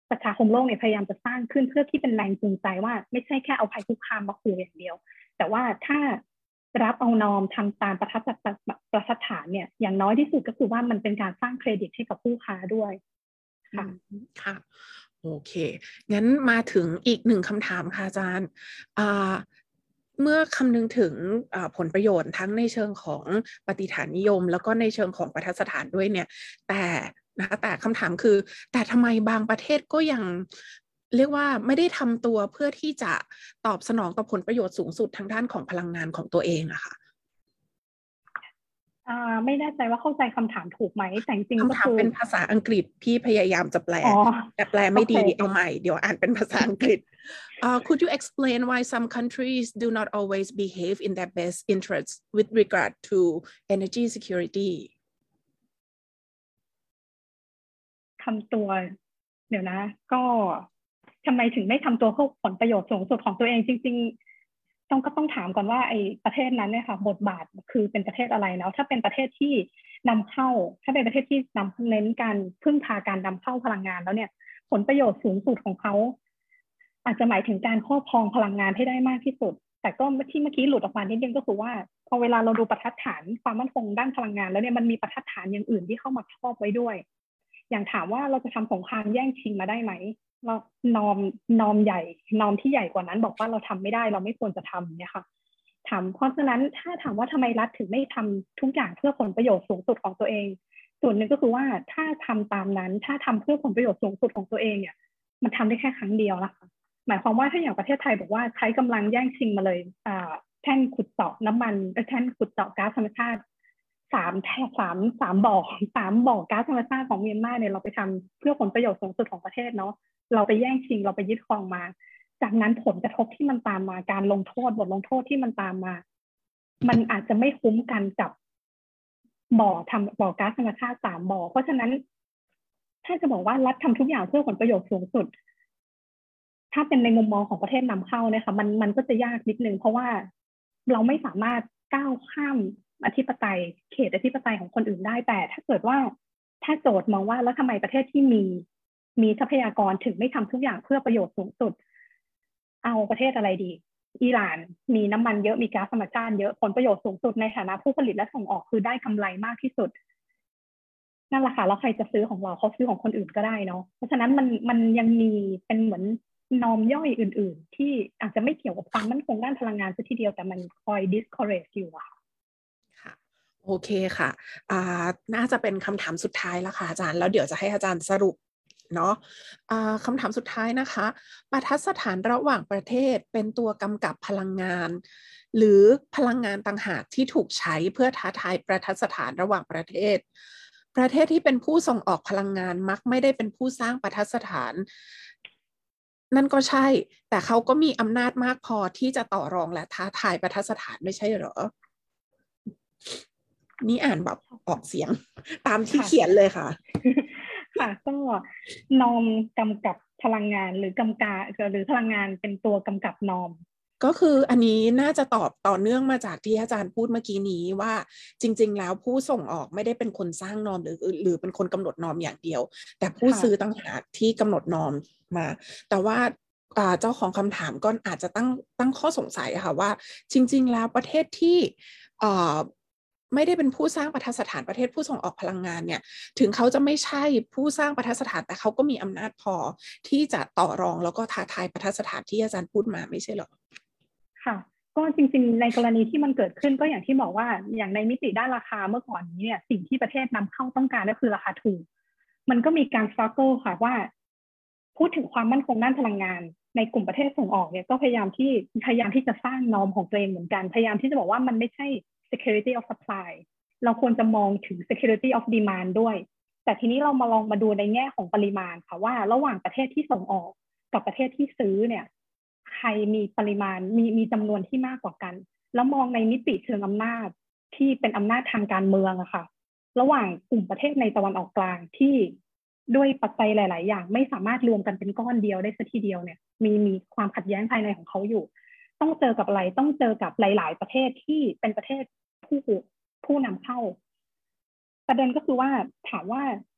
ประชาคมโลกเนี่ยพยายามจะสร้างขึ้นเพื่อที่เป็นแรงจูงใจว่าไม่ใช่แค่เอาภัยคุกคามมาขู่อย่างเดียวแต่ว่าถ้ารับเอานอมทำตามประทัดฐานเนี่ยอย่างน้อยที่สุดก็คือว่ามันเป็นการสร้างเครดิตให้กับผู้ค้าด้วยค่ะค่ะโอเคงั้นมาถึงอีกหนึ่งคำถามค่ะอาจารย์เมื่อคำนึงถึงผลประโยชน์ทั้งในเชิงของปฏิฐานนิยมแล้วก็ในเชิงของประทัดสถานด้วยเนี่ยแต่นะคะแต่คำถามคือแต่ทำไมบางประเทศก็ยังเรียกว่าไม่ได้ทำตัวเพื่อที่จะตอบสนองต่อผลประโยชน์สูงสุดทางด้านของพลังงานของตัวเองอะค่ะอ่าไม่แน่ใจว่าเข้าใจคำถามถูกไหมแต่จริงๆก็คือคำถามเป็นภาษาอังกฤษพี่พยายามจะแปลแต่แปลไม่ดีเอาใหม่เดี๋ยวอ่านเป็นภาษาอังกฤษ uh, could you explain why some countries do not always behave in their best interests with regard to energy security ทำตัวเดี๋ยวนะก็ทำไมถึงไม่ทำตัวเพื่อผลประโยชน์สูงสุดของตัวเองจริงๆต้องก็ต้องถามก่อนว่าไอ้ประเทศนั้นเนี่ยค่ะบทบาทคือเป็นประเทศอะไรเนาะถ้าเป็นประเทศที่นำเข้าถ้าเป็นประเทศที่นำเน้นการพึ่งพาการนำเข้าพลังงานแล้วเนี่ยผลประโยชน์สูงสุดของเขาอาจจะหมายถึงการครอบครองพลังงานให้ได้มากที่สุดแต่ก็ที่เมื่อกี้หลุดออกมานิดนึงก็คือว่าพอเวลาเราดูประทัดฐานความมั่นคงด้านพลังงานแล้วเนี่ยมันมีประทัดฐานอย่างอื่นที่เข้ามาครอบไว้ด้วยอย่างถามว่าเราจะทำสงครามแย่งชิงมาได้ไหมเรานอมนอมใหญ่นอมที่ใหญ่กว่านั้นบอกว่าเราทำไม่ได้เราไม่ควรจะทำเนี่ยค่ะถามเพราะฉะนั้นถ้าถามว่าทำไมรัฐถึงไม่ทำทุกอย่างเพื่อผลประโยชน์สูงสุดของตัวเองส่วนหนึ่งก็คือว่าถ้าทำตามนั้นถ้าทำเพื่อผลประโยชน์สูงสุดของตัวเองเนี่ยมันทำได้แค่ครั้งเดียวนะคะหมายความว่าถ้าอย่างประเทศไทยบอกว่าใช้กำลังแย่งชิงมาเลยแท่นขุดเจาะน้ำมันแท่นขุดเจาะก๊าซธรรมชาติสามแท่สามสามบ่อสามบ่อก๊าซธรรมชาติของเมียนมาเนี่ยเราไปทำเพื่อผลประโยชน์สูงสุดของประเทศเนาะเราไปแย่งชิงเราไปยึดครองมาจากนั้นผลกระทบที่มันตามมาการลงโทษบทลงโทษที่มันตามมามันอาจจะไม่คุ้มกันกับบ่อทำบ่อก๊าซธรรมชาติสามบ่อเพราะฉะนั้นถ้าจะบอกว่ารัฐทำทุกอย่างเพื่อผลประโยชน์สูงสุดถ้าเป็นในมุมมองของประเทศนำเข้าเนี่ยค่ะมันมันก็จะยากนิดนึงเพราะว่าเราไม่สามารถก้าวข้ามอธิปไตยเขตอธิปไตยของคนอื่นได้แต่ถ้าเกิดว่าถ้าโจทย์มองว่าแล้วทำไมประเทศที่มีมีทรัพยากรถึงไม่ทำทุกอย่างเพื่อประโยชน์สูงสุดเอาประเทศอะไรดีอิหร่านมีน้ำมันเยอะมีก๊าซธรรมชาติเยอะผลประโยชน์สูงสุดในฐานะผู้ผลิตและส่งออกคือได้กำไรมากที่สุดนั่นแหละค่ะแล้วใครจะซื้อของเราเขาซื้อของคนอื่นก็ได้เนาะเพราะฉะนั้นมันมันยังมีเป็นเหมือนนอมย่อยอื่นๆที่อาจจะไม่เกี่ยวกับความมั่นคงด้านพลังงานซะทีเดียวแต่มันคอย discourage อยู่อะค่ะโอเคค่ะอ่าน่าจะเป็นคำถามสุดท้ายแล้วค่ะอาจารย์แล้วเดี๋ยวจะให้อาจารย์สรุปเนาะคำถามสุดท้ายนะคะประทัดสถานระหว่างประเทศเป็นตัวกำกับพลังงานหรือพลังงานต่างหากที่ถูกใช้เพื่อท้าทายประทัดสถานระหว่างประเทศประเทศที่เป็นผู้ส่งออกพลังงานมักไม่ได้เป็นผู้สร้างประทัดสถานนั่นก็ใช่แต่เขาก็มีอำนาจมากพอที่จะต่อรองและท้าทายประทัดสถานไม่ใช่เหรอนี่อ่านแบบออกเสียงตามที่เขียนเลยค่ะค่ะก็นอมกำกับพลังงานหรือกำกาหรือพลังงานเป็นตัวกำกับนอมก็คืออันนี้น่าจะตอบต่อเนื่องมาจากที่อาจารย์พูดเมื่อกี้นี้ว่าจริงๆแล้วผู้ส่งออกไม่ได้เป็นคนสร้างนอมหรือหรือเป็นคนกำหนดนอมอย่างเดียวแต่ผู้ซื้อต่างหากที่กำหนดนอมมาแต่ว่าเจ้าของคำถามก็อาจจะตั้งตั้งข้อสงสัยค่ะว่าจริงๆแล้วประเทศที่ไม่ได้เป็นผู้สร้างประทัดสถานประเทศผู้ส่งออกพลังงานเนี่ยถึงเขาจะไม่ใช่ผู้สร้างประทัดสถานแต่เขาก็มีอำนาจพอที่จะต่อรองแล้วก็ท้าทายประทัดสถานที่อาจารย์พูดมาไม่ใช่หรอค่ะก็จริงๆในกรณีที่มันเกิดขึ้นก็อย่างที่บอกว่าอย่างในมิติด้านราคาเมื่อก่อนนี้เนี่ยสิ่งที่ประเทศนำเข้าต้องการก็คือราคาถูกมันก็มีการสตรักเกิลค่ะว่าพูดถึงความมั่นคงด้านพลังงานในกลุ่มประเทศส่งออกเนี่ยก็พยายามที่พยายามที่จะสร้างนอมของตัวเองเหมือนกันพยายามที่จะบอกว่ามันไม่ใช่ security of supply เราควรจะมองถึง security of demand ด้วยแต่ทีนี้เรามาลองมาดูในแง่ของปริมาณค่ะว่าระหว่างประเทศที่ส่งออกกับประเทศที่ซื้อเนี่ยใครมีปริมาณมีมีจำนวนที่มากกว่ากันแล้วมองในมิติเชิงอำนาจที่เป็นอำนาจทางการเมืองอะค่ะระหว่างกลุ่มประเทศในตะวันออกกลางที่ด้วยปัจจัยหลายๆอย่างไม่สามารถรวมกันเป็นก้อนเดียวได้สักทีเดียวเนี่ยมีมีความขัดแย้งภายในของเขาอยู่ต้องเจอกับอะไรต้องเจอกับหลายๆประเทศที่เป็นประเทศผู้ผู้นำเข้าประเด็นก็คือว่าถามว่า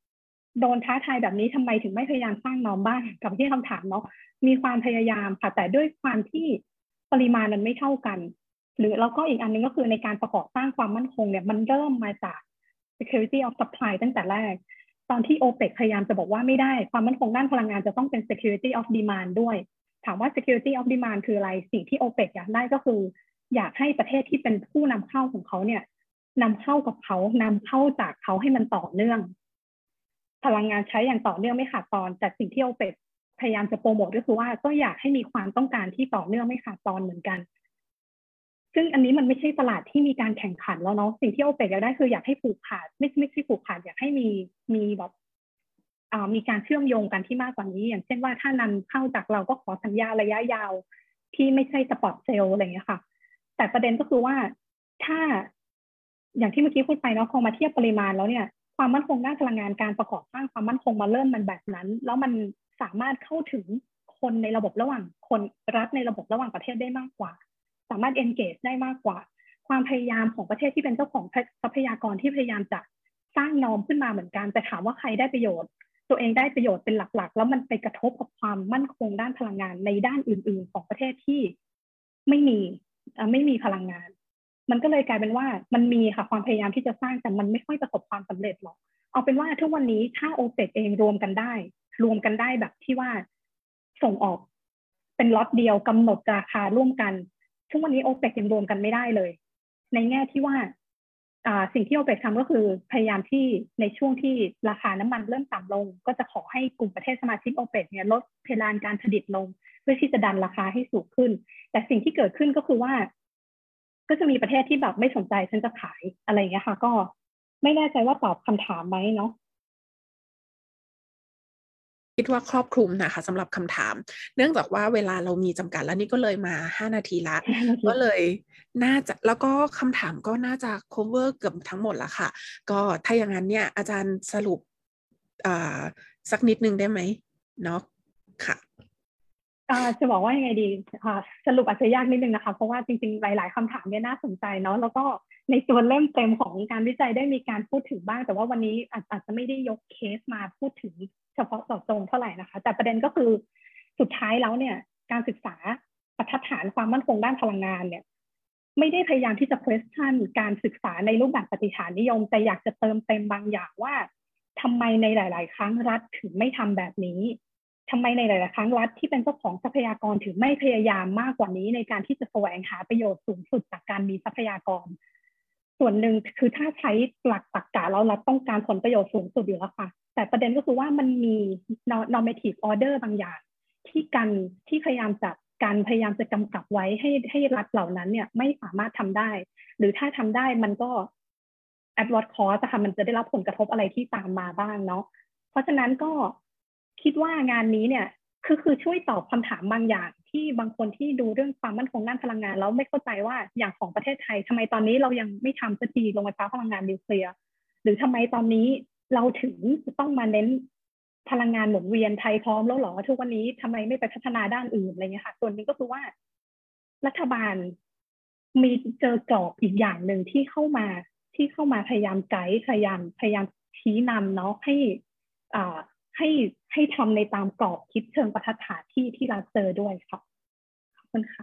โดนท้าทายแบบนี้ทำไมถึงไม่พยายามสร้างนอร์มบ้างกับที่คำถามเนาะมีความพยายามค่ะแต่ด้วยความที่ปริมาณมันไม่เท่ากันหรือแล้วก็อีกอันนึงก็คือในการประกอบสร้างความมั่นคงเนี่ยมันเริ่มมาจาก security of supply ตั้งแต่แรกตอนที่ โอเปก พยายามจะบอกว่าไม่ได้ความมั่นคงด้านพลังงานจะต้องเป็น security of demand ด้วยถามว่า security of demand คืออะไรสิ่งที่ โอเปก อยากได้ก็คืออยากให้ประเทศที่เป็นผู้นำเข้าของเขาเนี่ยนำเข้ากับเขานำเข้าจากเขาให้มันต่อเนื่องพลังงานใช้อย่างต่อเนื่องไม่ขาดตอนแต่สิ่งที่ โอเปก พยายามจะโปรโมทก็คือว่าก็อยากให้มีความต้องการที่ต่อเนื่องไม่ขาดตอนเหมือนกันซึ่งอันนี้มันไม่ใช่ตลาดที่มีการแข่งขันแล้วเนาะสิ่งที่ โอเปก อยากได้คืออยากให้ผูกขาดไม่ไม่ใช่ผูกขาดอยากให้มีมีแบบอ่ามีการเชื่อมโยงกันที่มากกว่านี้อย่างเช่นว่าถ้านำเข้าจากเราก็ขอสัญญาระยะยาวที่ไม่ใช่สปอตเซลล์อะไรอย่างเงี้ยค่ะแต่ประเด็นก็คือว่าถ้าอย่างที่เมื่อกี้พูดไปเนาะพอมาเทียบปริมาณแล้วเนี่ยความมั่นคงด้านพลังงานการประกอบสร้างความมั่นคงมาเริ่มมันแบบนั้นแล้วมันสามารถเข้าถึงคนในระบบระหว่างคนรัฐในระบบระหว่างประเทศได้มากกว่าสามารถ engage ได้มากกว่าความพยายามของประเทศที่เป็นเจ้าของทรัพยากรที่พยายามจะสร้างนอร์มขึ้นมาเหมือนกันแต่ถามว่าใครได้ประโยชน์ตัวเองได้ประโยชน์เป็นหลักๆแล้วมันไปกระทบกับความมั่นคงด้านพลังงานในด้านอื่นๆของประเทศที่ไม่มีไม่มีพลังงานมันก็เลยกลายเป็นว่ามันมีค่ะความพยายามที่จะสร้างแต่มันไม่ค่อยประสบความสำเร็จหรอกเอาเป็นว่าทุกวันนี้ถ้า โอเปก เองรวมกันได้รวมกันได้แบบที่ว่าส่งออกเป็นล็อตเดียวกำหนดราคาร่วมกันทุกวันนี้ โอเปก ยังรวมกันไม่ได้เลยในแง่ที่ว่าสิ่งที่ โอเปก ทำก็คือพยายามที่ในช่วงที่ราคาน้ำมันเริ่มต่ำลงก็จะขอให้กลุ่มประเทศสมาชิก โอเปก เนี่ยลดเพดานการผลิตลงเพื่อที่จะดันราคาให้สูงขึ้นแต่สิ่งที่เกิดขึ้นก็คือว่าก็จะมีประเทศที่แบบไม่สนใจฉันจะขายอะไรอย่างเงี้ยค่ะก็ไม่แน่ใจว่าตอบคำถามไหมเนาะคิดว่าครอบคลุมนะคะสำหรับคำถามเนื่องจากว่าเวลาเรามีจำกัดแล้วนี่ก็เลยมาห้านาทีละก็เลยน่าจะแล้วก็คำถามก็น่าจะ cover เกือบทั้งหมดแล้วค่ะก็ถ้าอย่างนั้นเนี่ยอาจารย์สรุปสักนิดนึงได้ไหมเนาะค่ะจะบอกว่ายังไงดีสรุปอาจจะยากนิดนึงนะคะเพราะว่าจริงๆหลายๆคำถามเนี่ยน่าสนใจเนาะแล้วก็ในตัวเล่มเต็มของการวิจัยได้มีการพูดถึงบ้างแต่ว่าวันนี้อาจจะไม่ได้ยกเคสมาพูดถึงเฉพาะเจาะจงเท่าไหร่นะคะแต่ประเด็นก็คือสุดท้ายแล้วเนี่ยการศึกษาบรรทัดฐานความมั่นคงด้านพลังงานเนี่ยไม่ได้พยายามที่จะ question การศึกษาในรูปแบบปฏิฐานนิยมแต่อยากจะเติมเต็มบางอย่างว่าทำไมในหลายๆครั้งรัฐถึงไม่ทำแบบนี้ทำไมในหลายๆครั้งรัฐที่เป็นเจ้าของทรัพยากรถึงไม่พยายามมากกว่านี้ในการที่จะแสวงหาประโยชน์สูงสุดจากการมีทรัพยากรส่วนหนึ่งคือถ้าใช้หลักตรรกะแล้วรัฐต้องการผลประโยชน์สูงสุดอยู่แล้วค่ะแต่ประเด็นก็คือว่ามันมี normative order บางอย่างที่กันที่พยายามจะการพยายามจะกำกับไว้ให้ให้รัฐเหล่านั้นเนี่ยไม่สามารถทำได้หรือถ้าทำได้มันก็ at what cost ค่ะมันจะได้รับผลกระทบอะไรที่ตามมาบ้างเนาะเพราะฉะนั้นก็คิดว่างานนี้เนี่ยคือคือช่วยตอบคำถามบางอย่างที่บางคนที่ดูเรื่องความมั่นคงด้านพลังงานแล้วไม่เข้าใจว่าอย่างของประเทศไทยทำไมตอนนี้เรายังไม่ทำสักทีโรงไฟฟ้าพลังงานนิวเคลียร์หรือทำไมตอนนี้เราถึงจะต้องมาเน้นพลังงานหมุนเวียนไทยพร้อมแล้วหรอทุกวันนี้ทำไมไม่ไปพัฒนาด้านอื่นอะไรเงี้ยค่ะส่วนนี้ก็คือว่ารัฐบาลมีเจอกรอบอีกอย่างหนึ่งที่เข้ามาที่เข้ามาพยายามไกด์พยายามพยายามชี้นำเนาะให้อ่าให้ให้ทำในตามกรอบคิดเชิงบรรทัดฐานที่ที่เราเจอด้วยค่ะขอบคุณค่ะ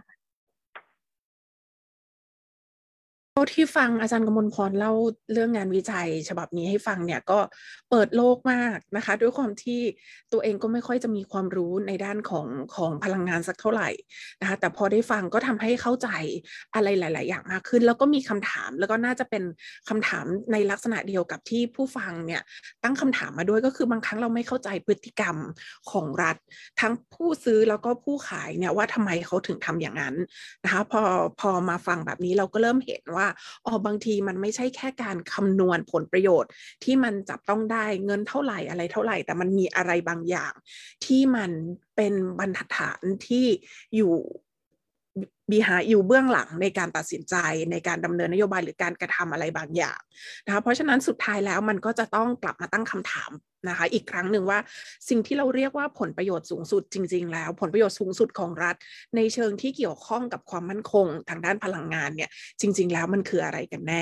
ที่ฟังอาจารย์กมลพรเล่าเรื่องงานวิจัยฉบับนี้ให้ฟังเนี่ยก็เปิดโลกมากนะคะด้วยความที่ตัวเองก็ไม่ค่อยจะมีความรู้ในด้านของของพลังงานสักเท่าไหร่นะคะแต่พอได้ฟังก็ทำให้เข้าใจอะไรหลายๆอย่างมากขึ้นแล้วก็มีคำถามแล้วก็น่าจะเป็นคำถามในลักษณะเดียวกับที่ผู้ฟังเนี่ยตั้งคำถามมาด้วยก็คือบางครั้งเราไม่เข้าใจพฤติกรรมของรัฐทั้งผู้ซื้อแล้วก็ผู้ขายเนี่ยว่าทำไมเขาถึงทำอย่างนั้นนะคะพอพอมาฟังแบบนี้เราก็เริ่มเห็นว่าอ๋อบางทีมันไม่ใช่แค่การคำนวณผลประโยชน์ที่มันจับต้องได้เงินเท่าไหร่อะไรเท่าไหร่แต่มันมีอะไรบางอย่างที่มันเป็นบรรทัดฐานที่อยู่บีหาอยู่เบื้องหลังในการตัดสินใจในการดำเนินนโยบายหรือการกระทำอะไรบางอย่างนะคะเพราะฉะนั้นสุดท้ายแล้วมันก็จะต้องกลับมาตั้งคำถามนะคะอีกครั้งหนึ่งว่าสิ่งที่เราเรียกว่าผลประโยชน์สูงสุดจริงๆแล้วผลประโยชน์สูงสุดของรัฐในเชิงที่เกี่ยวข้องกับความมั่นคงทางด้านพลังงานเนี่ยจริงๆแล้วมันคืออะไรกันแน่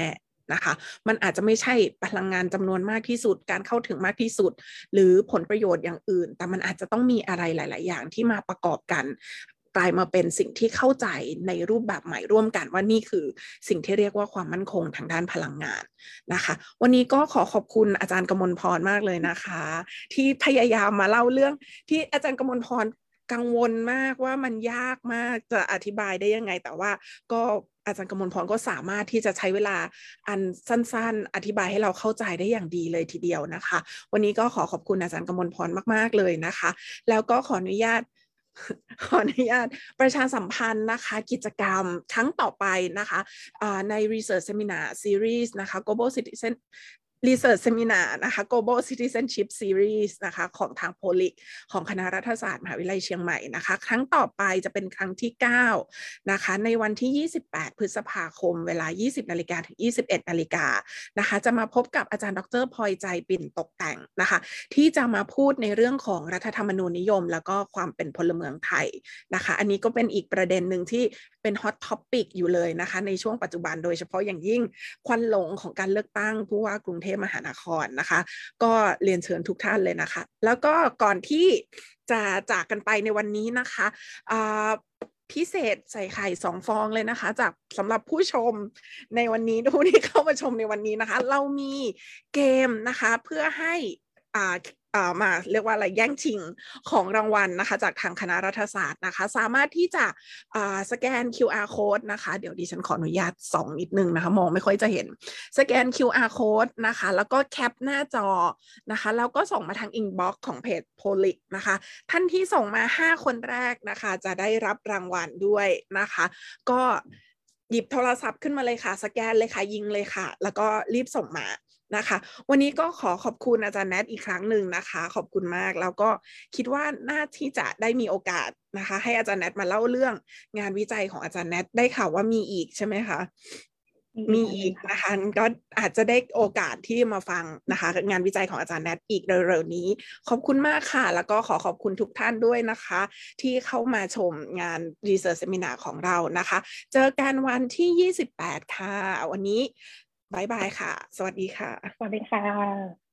นะคะมันอาจจะไม่ใช่พลังงานจำนวนมากที่สุดการเข้าถึงมากที่สุดหรือผลประโยชน์อย่างอื่นแต่มันอาจจะต้องมีอะไรหลายๆอย่างที่มาประกอบกันกลายมาเป็นสิ่งที่เข้าใจในรูปแบบใหม่ร่วมกันว่านี่คือสิ่งที่เรียกว่าความมั่นคงทางด้านพลังงานนะคะวันนี้ก็ขอขอบคุณอาจารย์กมลพรมากเลยนะคะที่พยายามมาเล่าเรื่องที่อาจารย์กมลพรกังวลมากว่ามันยากมากจะอธิบายได้ยังไงแต่ว่าก็อาจารย์กมลพรก็สามารถที่จะใช้เวลาอันสั้นๆอธิบายให้เราเข้าใจได้อย่างดีเลยทีเดียวนะคะวันนี้ก็ขอขอบคุณอาจารย์กมลพรมากๆเลยนะคะแล้วก็ขออนุญาตขออนุญาตประชาสัมพันธ์นะคะกิจกรรมครั้งต่อไปนะคะใน Research Seminar Series นะคะ Global Citizen Research Seminar นะคะ Global Citizenship Series นะคะของทางโพลิของคณะรัฐศาสตร์มหาวิทยาลัยเชียงใหม่นะคะครั้งต่อไปจะเป็นครั้งที่เก้านะคะในวันที่ยี่สิบแปดพฤษภาคมเวลา ยี่สิบนาฬิกา ถึง ยี่สิบเอ็ดนาฬิกานะคะจะมาพบกับอาจารย์ดร.พลอยใจปิ่นตกแต่งนะคะที่จะมาพูดในเรื่องของรัฐธรรมนูญนิยมแล้วก็ความเป็นพลเมืองไทยนะคะอันนี้ก็เป็นอีกประเด็นหนึ่งที่เป็นฮอตท็อปปิกอยู่เลยนะคะในช่วงปัจจุบันโดยเฉพาะอย่างยิ่งควันหลงของการเลือกตั้งผู้ว่ากรุงเทพมหานครนะคะก็เรียนเชิญทุกท่านเลยนะคะแล้วก็ก่อนที่จะจากกันไปในวันนี้นะคะพิเศษใส่ไข่สองฟองเลยนะคะจากสำหรับผู้ชมในวันนี้ผู้ที่เข้ามาชมในวันนี้นะคะเรามีเกมนะคะเพื่อให้อ่ามาเรียกว่าอะไรแย่งชิงของรางวัลนะคะจากทางคณะรัฐศาสตร์นะคะสามารถที่จะสแกน คิว อาร์ code นะคะเดี๋ยวดิฉันขออนุญาตส่องนิดนึงนะคะมองไม่ค่อยจะเห็นสแกน คิว อาร์ code นะคะแล้วก็แคปหน้าจอนะคะแล้วก็ส่งมาทาง inbox ของเพจ Polit นะคะท่านที่ส่งมาห้าคนแรกนะคะจะได้รับรางวัลด้วยนะคะก็หยิบโทรศัพท์ขึ้นมาเลยค่ะสแกนเลยค่ะยิงเลยค่ะแล้วก็รีบส่งมานะคะวันนี้ก็ขอขอบคุณอาจารย์แนทอีกครั้งหนึ่งนะคะขอบคุณมากแล้วก็คิดว่าน่าที่จะได้มีโอกาสนะคะให้อาจารย์แนทมาเล่าเรื่องงานวิจัยของอาจารย์แนทได้ข่าวว่ามีอีกใช่ไหมคะมีอีกนะคะก็อาจจะได้โอกาสที่มาฟังนะคะงานวิจัยของอาจารย์แนทอีกเร็วๆนี้ขอบคุณมากค่ะแล้วก็ขอขอบคุณทุกท่านด้วยนะคะที่เข้ามาชมงาน Research Seminar ของเรานะคะเจอกันวันที่ยี่สิบแปดค่ะวันนี้บายบายค่ะสวัสดีค่ะสวัสดีค่ะ